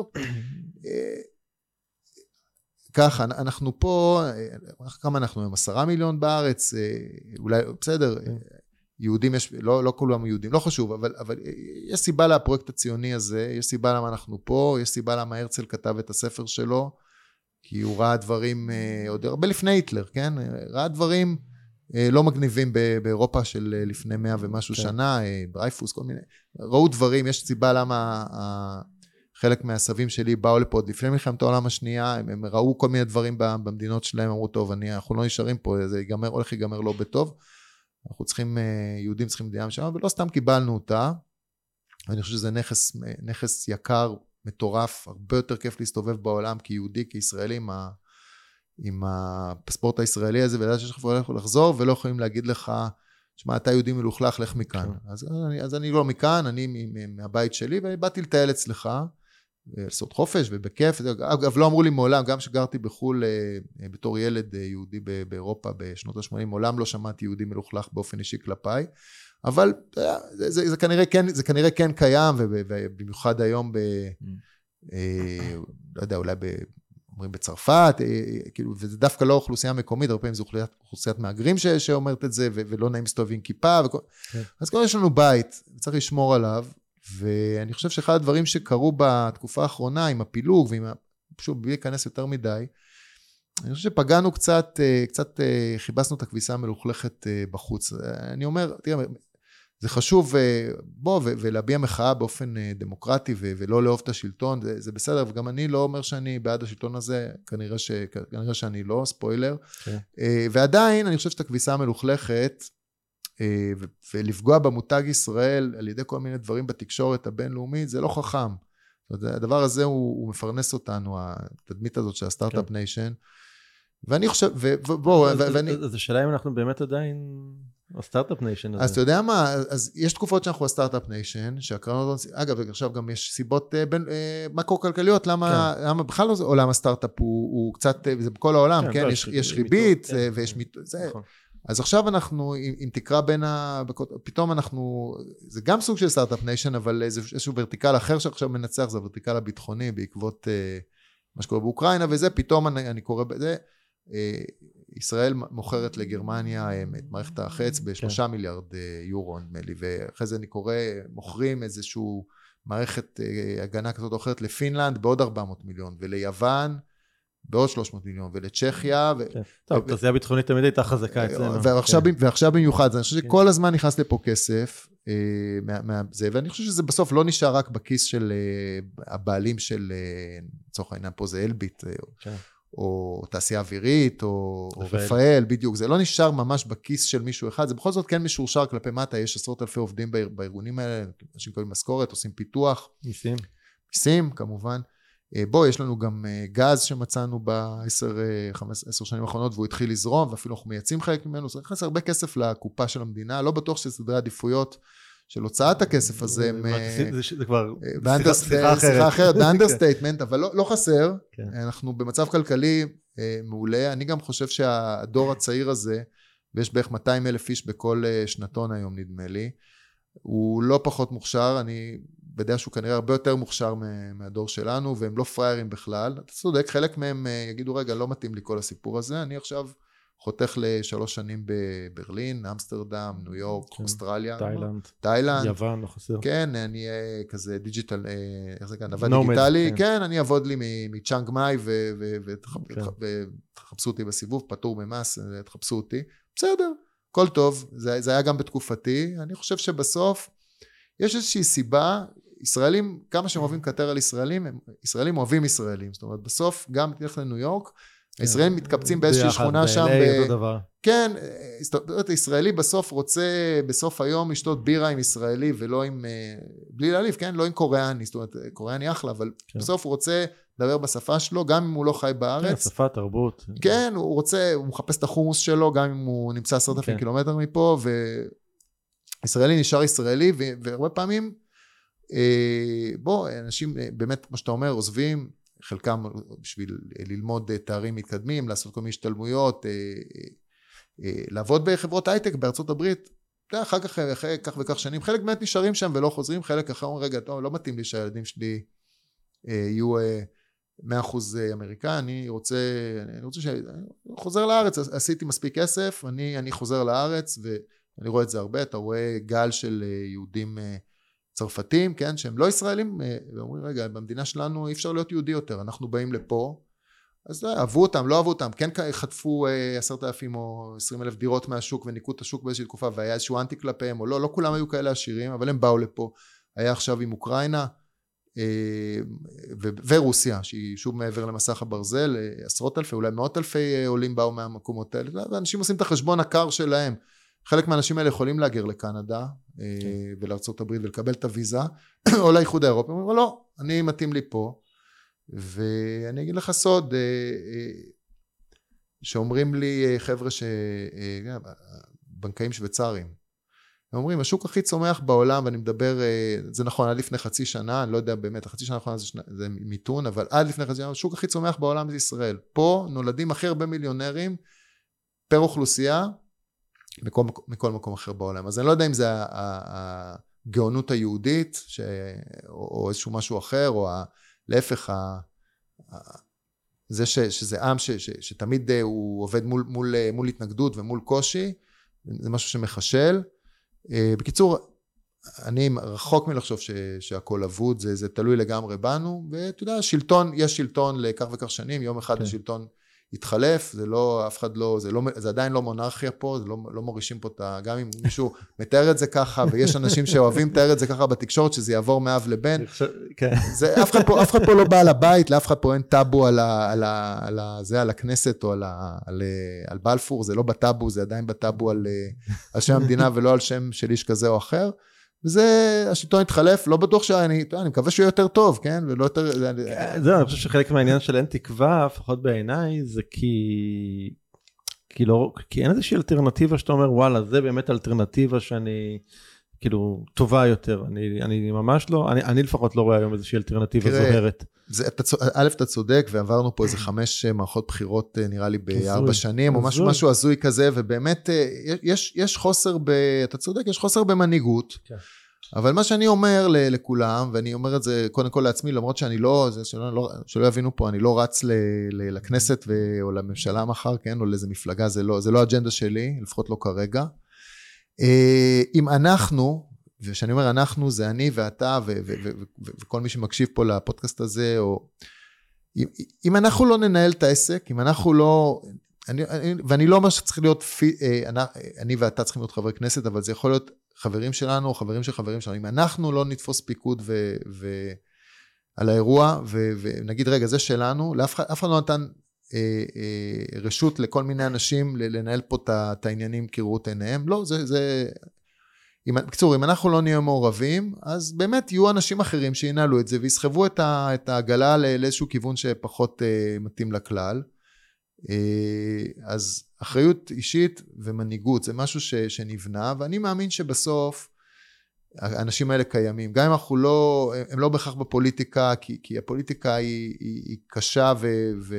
ככה, אנחנו פה, כמה אנחנו, עם עשרה מיליון בארץ, אולי, בסדר, יהודים יש, לא, לא כולם יהודים, לא חשוב, אבל, אבל יש סיבה לפרויקט הציוני הזה, יש סיבה למה אנחנו פה, יש סיבה למה הרצל כתב את הספר שלו, כי הוא ראה דברים, עוד הרבה לפני היטלר, כן? ראה דברים לא מגניבים באירופה של לפני מאה ומשהו כן. שנה, דרייפוס, כל מיני, ראו דברים, יש סיבה למה חלק מהסבים שלי באו לפה, עוד לפני מלחמת העולם השנייה, הם, הם ראו כל מיני דברים במדינות שלהם, אמרו, טוב, אני, אנחנו לא נשארים פה, זה ייגמר, הולך ייגמר לא בטוב, אנחנו צריכים, יהודים צריכים מדינה משם, ולא סתם קיבלנו אותה, ואני חושב שזה נכס, נכס יקר, מטורף, הרבה יותר כיף להסתובב בעולם כיהודי, כישראלי, עם, ה, עם הפספורט הישראלי הזה, ולדעת שיש לך הולך לחזור, ולא יכולים להגיד לך, שמה, אתה יהודי מלוכלך, לך מכאן. אז, אז אני לא מכאן, אני מהבית שלי, ובאתי לטייל אצלך, לעשות חופש ובכיף. אגב, לא אמרו לי מעולם, גם שגרתי בחול בתור ילד יהודי באירופה בשנות ה-שמונים, מעולם לא שמעתי יהודי מלוכלך באופן אישי כלפיי, אבל זה, זה, זה, כנראה כן, זה כנראה כן קיים, ובמיוחד היום ב... לא יודע, אולי ב... אומרים בצרפת, כאילו, וזה דווקא לא אוכלוסייה מקומית, הרבה פעמים זו אוכלוסיית מהגרים ש, שאומרת את זה, ו, ולא נעים מסתובבים כיפה, וכל... כן. אז כבר יש לנו בית, צריך לשמור עליו, ואני חושב שאחד הדברים שקרו בתקופה האחרונה, עם הפילוג, ועם, פשוט בלי להיכנס יותר מדי, אני חושב שפגענו קצת, קצת חיבסנו את הכביסה המלוכלכת בחוץ. אני אומר, תראה, זה חשוב, בוא, ולהביע מחאה באופן דמוקרטי, ולא לאהוב את השלטון, זה, זה בסדר, וגם אני לא אומר שאני בעד השלטון הזה, כנראה, ש, כנראה שאני לא, ספוילר, okay. ועדיין אני חושב שאת הכביסה המלוכלכת, ולפגוע במותג ישראל, על ידי כל מיני דברים בתקשורת הבינלאומית, זה לא חכם. זאת אומרת, הדבר הזה הוא, הוא מפרנס אותנו, התדמית הזאת של הסטארט-אפ ניישן, ואני חושב, ובואו, ואני... אז השאלה אם אנחנו באמת עדיין... הסטארט-אפ ניישן הזה. אז אתה יודע מה, אז יש תקופות שאנחנו הסטארט-אפ ניישן, שהקרנות, אגב, עכשיו גם יש סיבות מקרו-כלכליות, למה, למה בכלל לא, עולם הסטארט-אפ הוא קצת, זה בכל העולם, כן, יש ריבית, ויש, זה, אז עכשיו אנחנו, אם תקרא בין ה... פתאום אנחנו, זה גם סוג של סטארט-אפ ניישן, אבל זה איזשהו ורטיקל אחר שעכשיו מנצח, זה הוורטיקל הביטחוני, בעקבות מה שקורה באוקראינה, וזה פתאום אני, אני קורא בזה, ישראל מוכרת לגרמניה את מערכת החץ בשלושה מיליארד יורו, נדמה לי, ואחרי זה אני קורא, מוכרים איזשהו מערכת הגנה כזאת או אחרת לפינלנד בעוד ארבע מאות מיליון, וליוון בעוד שלוש מאות מיליון, ולצ'כיה. טוב, תעשייה ביטחונית תמיד הייתה חזקה אצלנו. ועכשיו במיוחד, אני חושב שכל הזמן נכנס לפה כסף, ואני חושב שזה בסוף לא נשאר רק בכיס של הבעלים של, לצורך העניין פה זה אלביט, או תעשייה אווירית, או רפאל, בדיוק, זה לא נשאר ממש בכיס של מישהו אחד, זה בכל זאת כן משורשר כלפי מטה, יש עשרות אלפי עובדים בארגונים האלה, אנשים קוראים משכורת, עושים פיתוח. מיסים. מיסים, כמובן. בוא, יש לנו גם גז שמצאנו בעשר, חמש, עשר שנים האחרונות, והוא התחיל לזרום, ואפילו אנחנו מייצאים חלק ממנו, זה נכנס הרבה כסף לקופה של המדינה, לא בטוח שסדרי עדיפויות של הוצאת הכסף הזה, זה כבר שיחה אחרת, באנדרסטייטמנט, אבל לא חסר, אנחנו במצב כלכלי מעולה, אני גם חושב שהדור הצעיר הזה, ויש בערך מאתיים אלף איש בכל שנתון היום נדמה לי, הוא לא פחות מוכשר, אני בדעה שהוא כנראה הרבה יותר מוכשר מהדור שלנו, והם לא פריירים בכלל, אתה צודק, חלק מהם יגידו רגע, לא מתאים לי כל הסיפור הזה, אני עכשיו חותך לשלוש שנים בברלין, אמסטרדם, ניו יורק, אוסטרליה. תאילנד. תאילנד. יוון, לא חסר. כן, אני אהיה כזה דיג'יטל, איך זה כאן, נווד דיגיטלי. כן, אני אעבוד לי מצ'אנג מאי, ותחפשו אותי בסיבוב, פטור ממס, תחפשו אותי. בסדר, כל טוב, זה היה גם בתקופתי. אני חושב שבסוף, יש איזושהי סיבה, ישראלים, כמה שהם אוהבים קטר על ישראלים, ישראלים אוהבים ישראלים. זאת אומרת, בסוף, גם תלך לניו יורק, הישראלים מתקבצים באיזושהי שכונה שם, כן, הישראלי בסוף רוצה בסוף היום לשתות בירה עם ישראלי ולא עם, בלי להליף, כן, לא עם קוריאני, זאת אומרת, קוריאני אחלה, אבל בסוף הוא רוצה לדבר בשפה שלו, גם אם הוא לא חי בארץ. שפה, תרבות. כן, הוא רוצה, הוא מחפש את החומוס שלו, גם אם הוא נמצא עשרת אלפים קילומטר מפה, וישראלי נשאר ישראלי, והרבה פעמים, בוא, אנשים באמת, כמו שאתה אומר, עוזבים, חלקם בשביל ללמוד תארים מתקדמים, לעשות כל מיני השתלמויות, לעבוד בחברות הייטק בארצות הברית, אחר כך, אחרי כך וכך שנים, חלק באמת נשארים שם ולא חוזרים, חלק אחר אומרים, רגע, לא מתאים לי שהילדים שלי יהיו מאה אחוז אמריקה, אני רוצה, אני רוצה ש... אני חוזר לארץ, עשיתי מספיק כסף, אני, אני חוזר לארץ, ואני רואה את זה הרבה, אתה רואה גל של יהודים צרפתים, כן, שהם לא ישראלים, ואומרים, רגע, במדינה שלנו אי אפשר להיות יהודי יותר, אנחנו באים לפה, אז לא, אהבו אותם, לא אהבו אותם, כן חטפו עשרת אלפים או עשרים אלף דירות מהשוק, וניקו את השוק באיזושהי תקופה, והיה איזשהו אנטי כלפיהם, או לא, לא כולם היו כאלה עשירים, אבל הם באו לפה, היה עכשיו עם אוקראינה, ורוסיה, שהיא שוב מעבר למסך הברזל, עשרות אלפי, אולי מאות אלפי עולים באו מהמקומות האלה, ואנשים עושים את החשבון הקר שלהם, חלק מהאנשים האלה יכולים להגר לקנדה ולארצות הברית ולקבל את הוויזה או לאיחוד האירופי, הם אומרים לא, אני מתאים לי פה, ואני אגיד לך סוד שאומרים לי חבר'ה בנקאים שוויצריים, הם אומרים השוק הכי צומח בעולם, ואני מדבר, זה נכון עד לפני חצי שנה, אני לא יודע באמת, החצי שנה האחרונה זה מיתון, אבל עד לפני חצי שנה השוק הכי צומח בעולם זה ישראל, פה נולדים הכי הרבה מיליונרים פר אוכלוסייה מכל, מכל מקום אחר בעולם. אז אני לא יודע אם זה הגאונות היהודית, ש... או איזשהו משהו אחר, או להפך, ה... זה ש... שזה עם ש... ש... שתמיד הוא עובד מול, מול, מול התנגדות ומול קושי, זה משהו שמחשל. בקיצור, אני רחוק מלחשוב ש... שהכל אבוד, זה, זה תלוי לגמרי בנו, ואתה יודע, שלטון, יש שלטון לכך וכך שנים, יום אחד כן. השלטון התחלף, זה לא, אף אחד לא, זה לא, זה עדיין לא מונרכיה פה, זה לא, לא מורישים פה את ה... גם אם מישהו מתאר את זה ככה, ויש אנשים שאוהבים לתאר את זה ככה בתקשורת, שזה יעבור מאב לבן. זה, אף אחד פה, אף אחד פה לא בא על הבית, לאף אחד פה אין טאבו על ה, על ה, על ה, זה, על הכנסת, או על ה, על, על בלפור, זה לא בטאבו, זה עדיין בטאבו על, על שם המדינה, ולא על שם של איש כזה או אחר. וזה, השלטון התחלף, לא בטוח שאני, אני מקווה שהוא יותר טוב, כן? ולא יותר... זהו, אני חושב שחלק מהעניין של אין תקווה, לפחות בעיניי, זה כי... כי לא, כי אין איזושהי אלטרנטיבה שאתה אומר, וואלה, זה באמת אלטרנטיבה שאני, כאילו, טובה יותר. אני, אני ממש לא, אני, אני לפחות לא רואה היום איזושהי אלטרנטיבה זוהרת. זה, אתה, א', אתה צודק, ועברנו פה איזה חמש מערכות בחירות, נראה לי, בארבע שנים, או משהו, משהו הזוי כזה, ובאמת, יש, יש חוסר ב, אתה צודק, יש חוסר במנהיגות, כן. אבל מה שאני אומר לכולם, ואני אומר את זה קודם כל לעצמי, למרות שאני לא, זה שלא, לא, שלא יבינו פה, אני לא רץ ל, ל, לכנסת ו, או לממשלה מחר, כן, או לאיזה מפלגה, זה לא, זה לא האג'נדה שלי, לפחות לא כרגע. אם אנחנו, ושאני אומר אנחנו, זה אני ואתה ו, ו, ו, ו, וכל מי שמקשיב פה לפודקאסט הזה, או אם, אם אנחנו לא ננהל את העסק, אם אנחנו לא, אני, אני, ואני לא אומר שצריך להיות, אני, אני ואתה צריכים להיות חברי כנסת, אבל זה יכול להיות חברים שלנו, או חברים של חברים שלנו, אם אנחנו לא נתפוס פיקוד ו, ו, על האירוע, ו, ונגיד, רגע, זה שלנו, לאף אחד, אף אחד לא נתן אה, אה, רשות לכל מיני אנשים, לנהל פה את העניינים כראות עיניהם, לא, זה, זה, אם, בקצור, אם אנחנו לא נהיה מעורבים, אז באמת יהיו אנשים אחרים שינהלו את זה, ויסחבו את, ה, את העגלה לאיזשהו כיוון שפחות אה, מתאים לכלל, אז אחריות אישית ומנהיגות זה משהו ש, שנבנה, ואני מאמין שבסוף האנשים האלה קיימים, גם אם אנחנו לא, הם לא בהכרח בפוליטיקה, כי, כי הפוליטיקה היא, היא, היא קשה ו, ו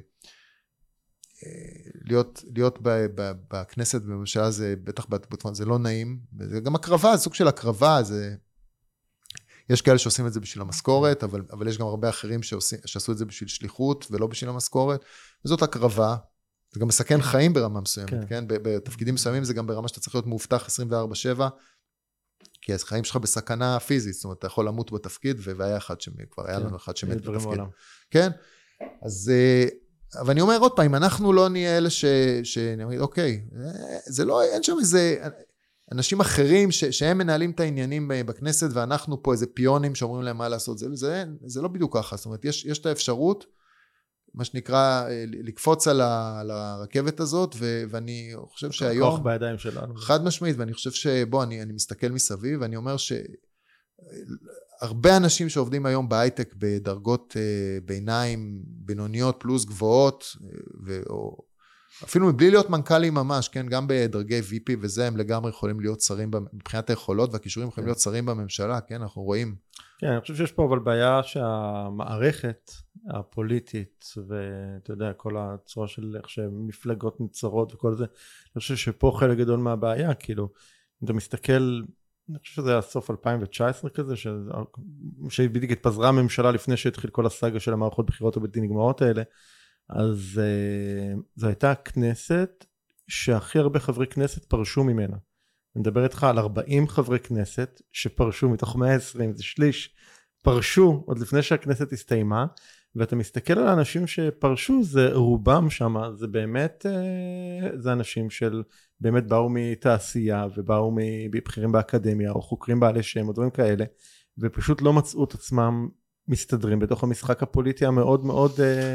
להיות, להיות ב, ב, בכנסת בממשלה זה בטח בתקופה, זה לא נעים, זה גם הקרבה, זה סוג של הקרבה, זה, יש כאלה שעושים את זה בשביל המשכורת, אבל, אבל יש גם הרבה אחרים שעושים, שעשו את זה בשביל שליחות ולא בשביל המשכורת, וזאת הקרבה, זה גם מסכן חיים ברמה מסוימת, כן? כן? בתפקידים מסוימים זה גם ברמה שאתה צריך להיות מאובטח עשרים וארבע שבע, כי החיים שלך בסכנה פיזית, זאת אומרת, אתה יכול למות בתפקיד, והיה אחד שכבר היה לנו אחד שמת בתפקיד. כן? אז, אבל אני אומר עוד פעם, אם אנחנו לא נהיה אלה ש, שנגיד, אוקיי, זה לא, אין שם איזה, אנשים אחרים ש, שהם מנהלים את העניינים בכנסת, ואנחנו פה איזה פיונים שאומרים להם מה לעשות, זה, זה, זה לא בדיוק ככה, זאת אומרת, יש, יש את האפשרות, מה שנקרא, לקפוץ על, ה, על הרכבת הזאת, ו, ואני חושב שהיום... כוח בידיים שלנו. חד משמעית, ואני חושב שבוא, אני, אני מסתכל מסביב, ואני אומר שהרבה אנשים שעובדים היום בהייטק, בדרגות ביניים, בינוניות, פלוס גבוהות, ו, או אפילו מבלי להיות מנכ"לים ממש, כן, גם בדרגי וי פי וזה, הם לגמרי יכולים להיות שרים, מבחינת היכולות, והכישורים יכולים להיות שרים בממשלה, כן, אנחנו רואים. כן, אני חושב שיש פה אבל בעיה שהמערכת הפוליטית, ואתה יודע, כל הצורה של איך שמפלגות נצרות וכל זה, אני חושב שפה חלק גדול מהבעיה, כאילו, אם אתה מסתכל, אני חושב שזה היה סוף אלפיים תשע עשרה כזה, שבדיוק התפזרה הממשלה לפני שהתחיל כל הסאגה של המערכות בחירות הבלתי נגמרות האלה, אז uh, זו הייתה הכנסת שהכי הרבה חברי כנסת פרשו ממנה. אני מדבר איתך על ארבעים חברי כנסת שפרשו מתוך מאה ועשרים, זה שליש, פרשו עוד לפני שהכנסת הסתיימה, ואתה מסתכל על האנשים שפרשו, זה רובם שם, זה באמת, uh, זה אנשים של באמת באו מתעשייה, ובאו מבחירים באקדמיה, או חוקרים בעלי שם, או דברים כאלה, ופשוט לא מצאו את עצמם, מסתדרים בתוך המשחק הפוליטי המאוד מאוד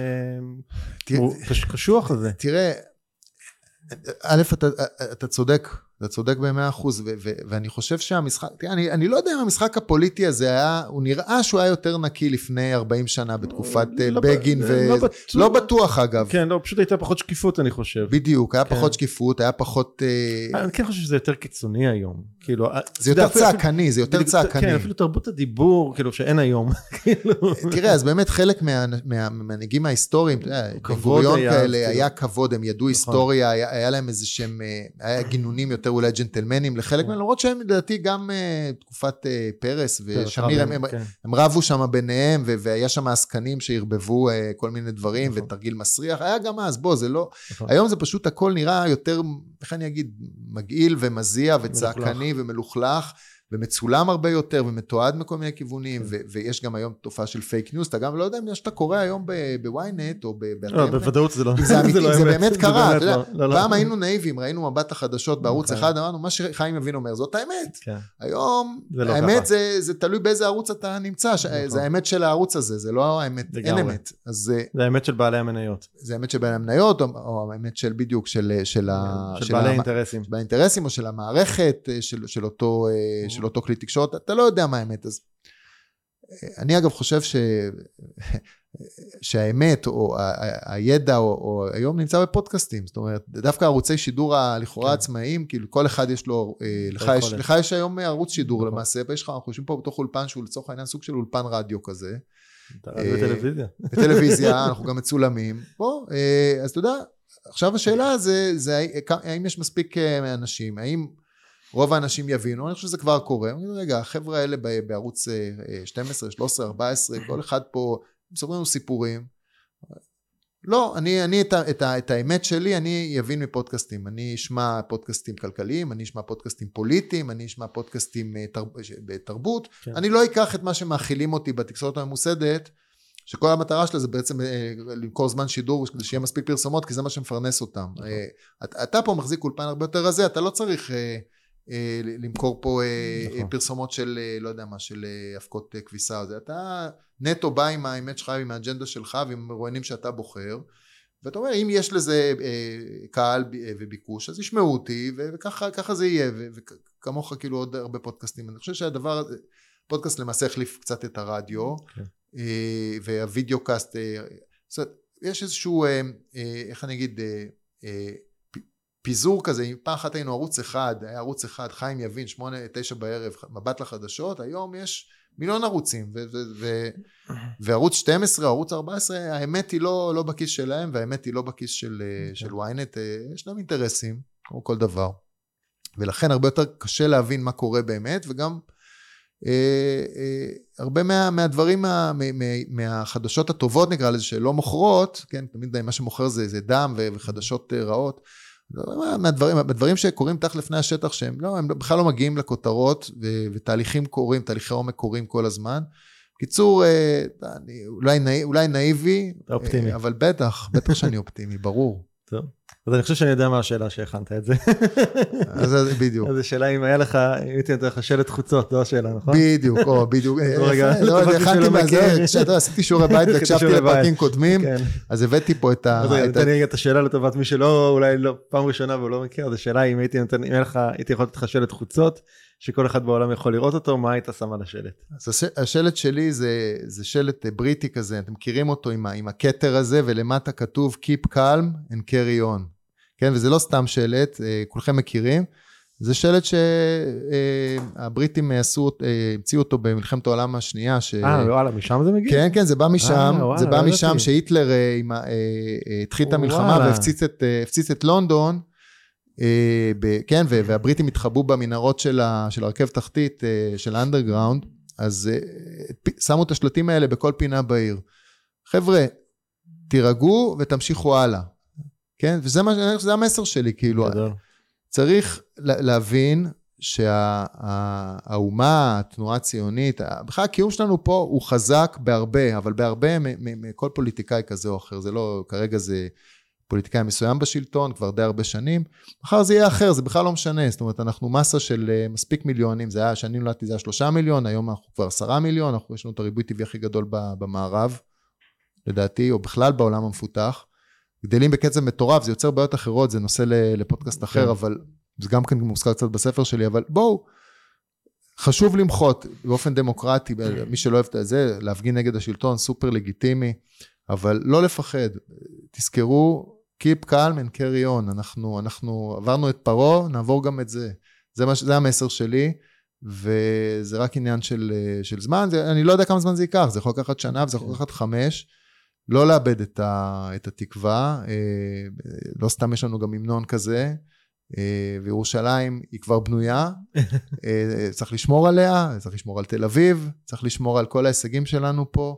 קשוח הזה. תראה, א', אתה, אתה צודק, אתה צודק במאה אחוז, ואני חושב שהמשחק, תראה, אני, אני לא יודע אם המשחק הפוליטי הזה היה, הוא נראה שהוא היה יותר נקי לפני ארבעים שנה, בתקופת בגין, ולא בטוח אגב. כן, לא, פשוט הייתה פחות שקיפות, אני חושב. בדיוק, היה פחות שקיפות, היה פחות... אני כן חושב שזה יותר קיצוני היום, כאילו... זה יותר צעקני, זה יותר צעקני. כן, אפילו תרבות הדיבור, כאילו, שאין היום. תראה, אז באמת חלק מהמנהיגים ההיסטוריים, בן-גוריון כאלה, היה כבוד, הם ידעו היסטוריה, היה להם איזה שהם, היה גינונים יותר אולי ג'נטלמנים לחלק מהם, למרות שהם לדעתי גם תקופת פרס ושמיר, הם רבו שם ביניהם, והיה שם עסקנים שהרבבו כל מיני דברים, ותרגיל מסריח, היה גם אז, בוא, זה לא, היום זה פשוט הכל נראה יותר, איך אני אגיד, מגעיל ומזיע וצעקני ומלוכלך, ומצולם הרבה יותר, ומתועד מכל מיני כיוונים, ו- ויש גם היום תופעה של פייק ניוז, אתה גם לא יודע אם שאתה קורא היום בוויינט, או באתר. לא, בוודאות זה לא אמת. זה באמת קרה, אתה יודע, פעם היינו נאיבים, ראינו מבט החדשות בערוץ אחד, אמרנו, מה שחיים יבין אומר, זאת האמת. היום, האמת זה תלוי באיזה ערוץ אתה נמצא, זה האמת של הערוץ הזה, זה לא האמת, אין אמת. זה האמת של בעלי המניות. זה האמת של בעלי המניות, או האמת של בדיוק, של בעלי האינטרסים. בעלי האינטרסים, או של המערכת, של אותו של אותו כלי תקשורת, אתה לא יודע מה האמת. אז אני אגב חושב ש... שהאמת או הידע או, או היום נמצא בפודקאסטים, זאת אומרת, דווקא ערוצי שידור לכאורה עצמאיים, כאילו כל אחד יש לו, לך יש, לך יש היום ערוץ שידור למעשה, ויש לך, אנחנו יושבים פה בתוך אולפן שהוא לצורך העניין סוג של אולפן רדיו כזה. בטלוויזיה. בטלוויזיה, אנחנו גם מצולמים. בוא, אז אתה יודע, עכשיו השאלה זה, זה האם יש מספיק אנשים, האם רוב האנשים יבינו, אני חושב שזה כבר קורה, אני רגע, החבר'ה האלה בערוץ שתים עשרה, שלוש עשרה, ארבע עשרה, כל אחד פה מספרים לנו סיפורים, לא, אני, אני את, את, את האמת שלי, אני יבין מפודקאסטים, אני אשמע פודקאסטים כלכליים, אני אשמע פודקאסטים פוליטיים, אני אשמע פודקאסטים בתרבות, כן. אני לא אקח את מה שמאכילים אותי בתקשורת הממוסדת, שכל המטרה שלה זה בעצם למכור זמן שידור, שיהיה מספיק פרסומות, כי זה מה שמפרנס אותם. אתה, אתה פה מחזיק אולפן הרבה יותר רזה, אתה לא צריך למכור פה פרסומות של, לא יודע מה, של הפקות כביסה, אתה נטו בא עם האמת שלך, עם האג'נדה שלך, ועם הרואיינים שאתה בוחר, ואתה אומר, אם יש לזה קהל וביקוש, אז ישמעו אותי, וככה זה יהיה, וכמוך כאילו עוד הרבה פודקאסטים. אני חושב שהדבר, פודקאסט למעשה החליף קצת את הרדיו, והווידאו קאסט, זאת אומרת, יש איזשהו, איך אני אגיד, פיזור כזה, פעם אחת היינו ערוץ אחד, היה ערוץ אחד, חיים יבין, שמונה, תשע בערב, מבט לחדשות, היום יש מיליון ערוצים, ו- ו- ו- וערוץ שתים עשרה, ערוץ ארבע עשרה, האמת היא לא, לא בכיס שלהם, והאמת היא לא בכיס של, של וויינט, יש להם אינטרסים, כמו כל דבר, ולכן הרבה יותר קשה להבין מה קורה באמת, וגם אה, אה, הרבה מה, מהדברים, מה, מה, מהחדשות הטובות נקרא לזה, שלא מוכרות, כן, תמיד מה שמוכר זה, זה דם וחדשות רעות, מהדברים, מהדברים שקורים תחת לפני השטח שהם לא, הם בכלל לא מגיעים לכותרות ותהליכים קורים, תהליכי עומק קורים כל הזמן. קיצור, אני, אולי, נאי, אולי נאיבי, אופטימי. אבל בטח, בטח שאני אופטימי, ברור. טוב. אז אני חושב שאני יודע מה השאלה שהכנת את זה. אז בדיוק. אז השאלה אם היה לך, אם הייתי נותן לך שלט חוצות, זו השאלה, נכון? בדיוק, או בדיוק. לא, הכנתי מהזה, כשאתה עשיתי שיעורי בית והקשבתי לפרקים קודמים, אז הבאתי פה את ה... אז נתן לי את השאלה לטובת מי שלא, אולי לא, פעם ראשונה והוא לא מכיר, אז השאלה אם הייתי נותן, אם הייתי יכול לתת לך שלט חוצות, שכל אחד בעולם יכול לראות אותו, מה היית שם על השלט? אז השלט שלי זה, זה שלט בריטי כזה, אתם מכירים אותו עם, עם הכתר הזה, ולמטה כתוב Keep calm and carry on. כן, וזה לא סתם שלט, כולכם מכירים. זה שלט שהבריטים עשו, המציאו אותו במלחמת העולם השנייה. ש... אה, וואלה, משם זה מגיע? כן, כן, זה בא משם, אה, זה בא משם שהיטלר התחיל את המלחמה והפציץ את, הפציץ את לונדון, כן, והבריטים התחבאו במנהרות של הרכב תחתית של האנדרגראונד, אז שמו את השלטים האלה בכל פינה בעיר. חבר'ה, תירגעו ותמשיכו הלאה. כן, וזה מה, זה המסר שלי, כאילו, צריך להבין שהאומה, התנועה הציונית, בכלל הקיום שלנו פה הוא חזק בהרבה, אבל בהרבה מכל פוליטיקאי כזה או אחר, זה לא, כרגע זה פוליטיקאי מסוים בשלטון, כבר די הרבה שנים, מחר זה יהיה אחר, זה בכלל לא משנה, זאת אומרת, אנחנו מסה של מספיק מיליונים, זה היה, שאני נולדתי, זה היה שלושה מיליון, היום אנחנו כבר עשרה מיליון, אנחנו יש לנו את הריבוי טבעי הכי גדול במערב, לדעתי, או בכלל בעולם המפותח, גדלים בקצב מטורף, זה יוצר בעיות אחרות, זה נושא לפודקאסט אחר, אבל זה גם כן מוזכר קצת בספר שלי, אבל בואו, חשוב למחות באופן דמוקרטי, מי שלא אוהב את זה, להפגין נגד השלטון, סופר לגיטימי, אבל לא לפחד, תזכרו, keep calm and carry on, אנחנו, אנחנו עברנו את פרו, נעבור גם את זה, זה, מה, זה המסר שלי, וזה רק עניין של, של זמן, זה, אני לא יודע כמה זמן זה ייקח, זה יכול לקחת שנה, וזה יכול לקחת חמש, לא לאבד את, ה, את התקווה, לא סתם יש לנו גם המנון כזה, וירושלים היא כבר בנויה, צריך לשמור עליה, צריך לשמור על תל אביב, צריך לשמור על כל ההישגים שלנו פה,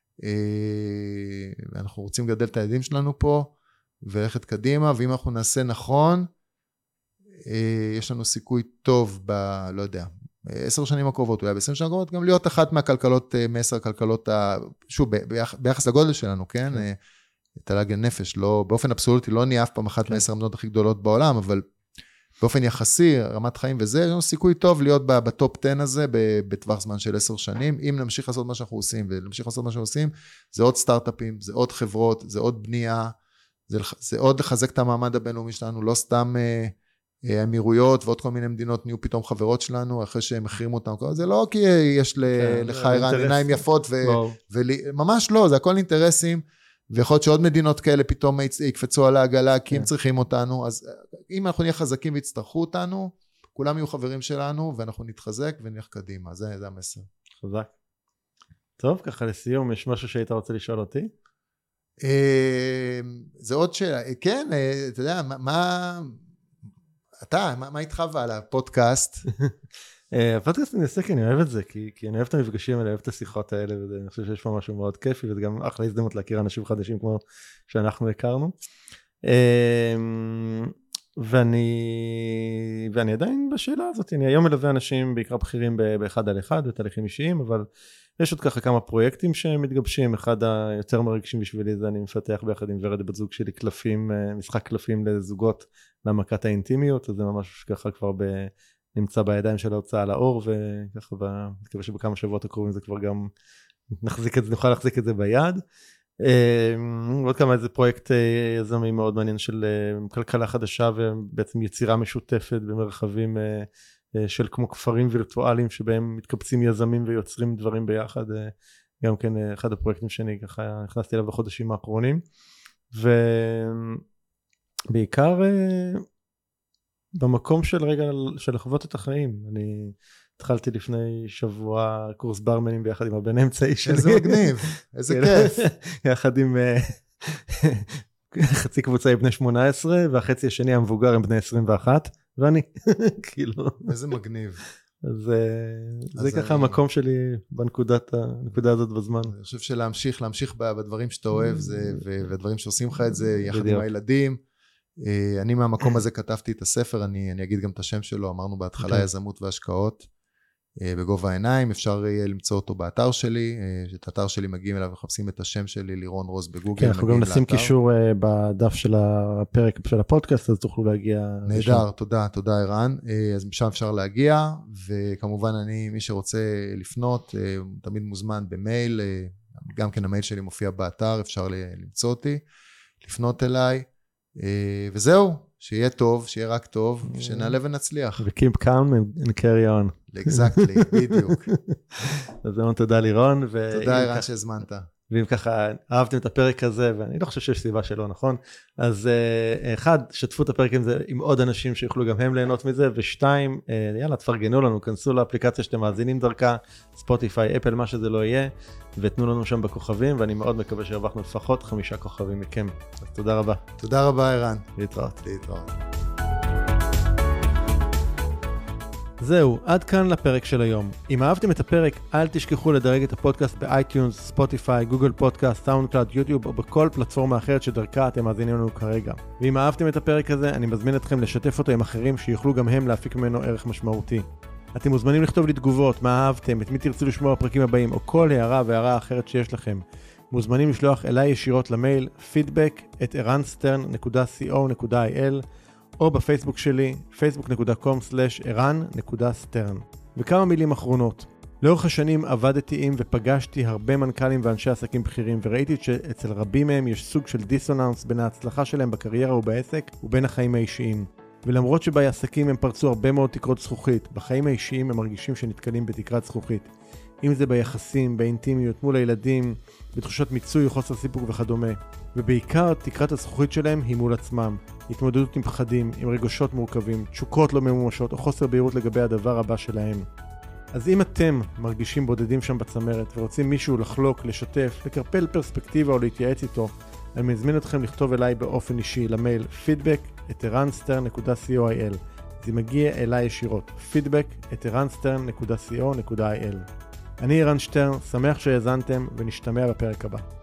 ואנחנו רוצים לגדל את הילדים שלנו פה, ולכת קדימה, ואם אנחנו נעשה נכון, יש לנו סיכוי טוב ב, לא יודע, עשר שנים הקרובות, אולי בעשרים שנים הקרובות, גם להיות אחת מהכלכלות, מעשר הכלכלות, שוב, ביחס לגודל שלנו, כן? תל"ג לנפש, לא, באופן אבסולוטי, לא נהיה אף פעם אחת מעשר המדינות הכי גדולות בעולם, אבל באופן יחסי, רמת חיים וזה, יש לנו סיכוי טוב להיות בטופ עשר הזה, בטווח זמן של עשר שנים, אם נמשיך לעשות מה שאנחנו עושים, ונמשיך לעשות מה שאנחנו עושים, זה עוד סטארט-אפים, זה עוד חברות, זה עוד בנייה, זה, זה עוד לחזק את המעמד הבינלאומי שלנו, לא סתם האמירויות, ועוד כל מיני מדינות נהיו פתאום חברות שלנו, אחרי שהם החרימו אותם, זה לא כי יש לך איראן עיניים יפות, וממש לא, זה הכל אינטרסים, ויכול להיות שעוד מדינות כאלה פתאום יקפצו על העגלה, כי הם צריכים אותנו, אז אם אנחנו נהיה חזקים ויצטרכו אותנו, כולם יהיו חברים שלנו, ואנחנו נתחזק ונלך קדימה, זה, זה המסר. חזק. טוב, ככה לסיום, יש משהו שהיית רוצה לשאול אותי? זה עוד שאלה, כן, אתה יודע, מה, אתה, מה איתך ועל הפודקאסט? הפודקאסט אני עושה כי אני אוהב את זה, כי, כי אני אוהב את המפגשים האלה, אוהב את השיחות האלה, ואני חושב שיש פה משהו מאוד כיפי, וזה גם אחלה הזדמנות להכיר אנשים חדשים כמו שאנחנו הכרנו. ואני, ואני עדיין בשאלה הזאת, אני היום מלווה אנשים בעיקר בכירים באחד על אחד, בתהליכים אישיים, אבל יש עוד ככה כמה פרויקטים שמתגבשים, אחד היותר מרגשים בשבילי זה אני מפתח ביחד עם ורד בת זוג שלי קלפים, משחק קלפים לזוגות להעמקת האינטימיות, אז זה ממש ככה כבר ב... נמצא בידיים של ההוצאה לאור, וככה מקווה שבכמה שבועות הקרובים זה כבר גם נחזיק את זה, נוכל להחזיק את זה ביד. עוד כמה איזה פרויקט יזמי מאוד מעניין של כלכלה חדשה, ובעצם יצירה משותפת במרחבים של כמו כפרים וירטואליים, שבהם מתקבצים יזמים ויוצרים דברים ביחד, גם כן אחד הפרויקטים שאני ככה נכנסתי אליו בחודשים האחרונים, ובעיקר במקום של רגע של לחוות את החיים. אני התחלתי לפני שבוע קורס ברמנים ביחד עם הבן האמצעי שלי. איזה מגניב, איזה כיף. יחד עם חצי קבוצה עם בני שמונה עשרה, והחצי השני המבוגר עם בני עשרים ואחת, ואני, כאילו. איזה מגניב. אז זה ככה המקום שלי בנקודה הזאת בזמן. אני חושב שלהמשיך, להמשיך בדברים שאתה אוהב, והדברים שעושים לך את זה, יחד עם הילדים. אני מהמקום הזה כתבתי את הספר, אני, אני אגיד גם את השם שלו, אמרנו בהתחלה okay. יזמות והשקעות בגובה העיניים, אפשר יהיה למצוא אותו באתר שלי, את האתר שלי מגיעים אליו ומחפשים את השם שלי, לירון רוז בגוגל. כן, אנחנו גם נשים קישור בדף של הפרק של הפודקאסט, אז תוכלו להגיע. נהדר, תודה, תודה ערן, אז משם אפשר להגיע, וכמובן אני, מי שרוצה לפנות, תמיד מוזמן במייל, גם כן המייל שלי מופיע באתר, אפשר למצוא אותי, לפנות אליי, וזהו, שיהיה טוב, שיהיה רק טוב, שנעלה ונצליח. ו-keep calm and carry on. Exactly, בדיוק. אז זהו, תודה לירון. תודה ערן שהזמנת. ואם ככה אהבתם את הפרק הזה, ואני לא חושב שיש סיבה שלא, נכון? אז אחד, שתפו את הפרק עם זה עם עוד אנשים שיוכלו גם הם ליהנות מזה, ושתיים, יאללה, תפרגנו לנו, כנסו לאפליקציה שאתם מאזינים דרכה, ספוטיפיי, אפל, מה שזה לא יהיה, ותנו לנו שם בכוכבים, ואני מאוד מקווה שהרווחנו לפחות חמישה כוכבים מכם. אז תודה רבה. תודה רבה, ערן. להתראות. להתראות. זהו, עד כאן לפרק של היום. אם אהבתם את הפרק, אל תשכחו לדרג את הפודקאסט באייטיונס, ספוטיפיי, גוגל פודקאסט, סאונדקלאוד, יוטיוב או בכל פלטפורמה אחרת שדרכה אתם מאזינים לנו כרגע. ואם אהבתם את הפרק הזה, אני מזמין אתכם לשתף אותו עם אחרים שיוכלו גם הם להפיק ממנו ערך משמעותי. אתם מוזמנים לכתוב לי תגובות, מה אהבתם, את מי תרצו לשמוע בפרקים הבאים, או כל הערה והערה אחרת שיש לכם. מוזמנים לשלוח אליי ישירות למייל פידבק את ערן סטרן נקודה סי או נקודה איי אל או בפייסבוק שלי, פייסבוק דוט קום סלש ערן נקודה סטרן. וכמה מילים אחרונות. לאורך השנים עבדתי עם ופגשתי הרבה מנכ"לים ואנשי עסקים בכירים, וראיתי שאצל רבים מהם יש סוג של דיסוננס בין ההצלחה שלהם בקריירה ובעסק ובין החיים האישיים. ולמרות שבעסקים הם פרצו הרבה מאוד תקרות זכוכית, בחיים האישיים הם מרגישים שנתקלים בתקרת זכוכית. אם זה ביחסים, באינטימיות, מול הילדים, בתחושות מיצוי, חוסר סיפוק וכדומה. ובעיקר תקרת הזכוכית שלהם היא מול עצמם. התמודדות עם פחדים, עם רגשות מורכבים, תשוקות לא ממומשות או חוסר בהירות לגבי הדבר הבא שלהם. אז אם אתם מרגישים בודדים שם בצמרת ורוצים מישהו לחלוק, לשתף, לקרפל פרספקטיבה או להתייעץ איתו, אני מזמין אתכם לכתוב אליי באופן אישי למייל פידבק את ערן סטרן נקודה סי או איי אל. זה מגיע אליי ישירות, פידבק את ערן סטרן נקודה סי או נקודה איי אל. אני ערן שטרן, שמח שהאזנתם ונשתמע בפרק הבא.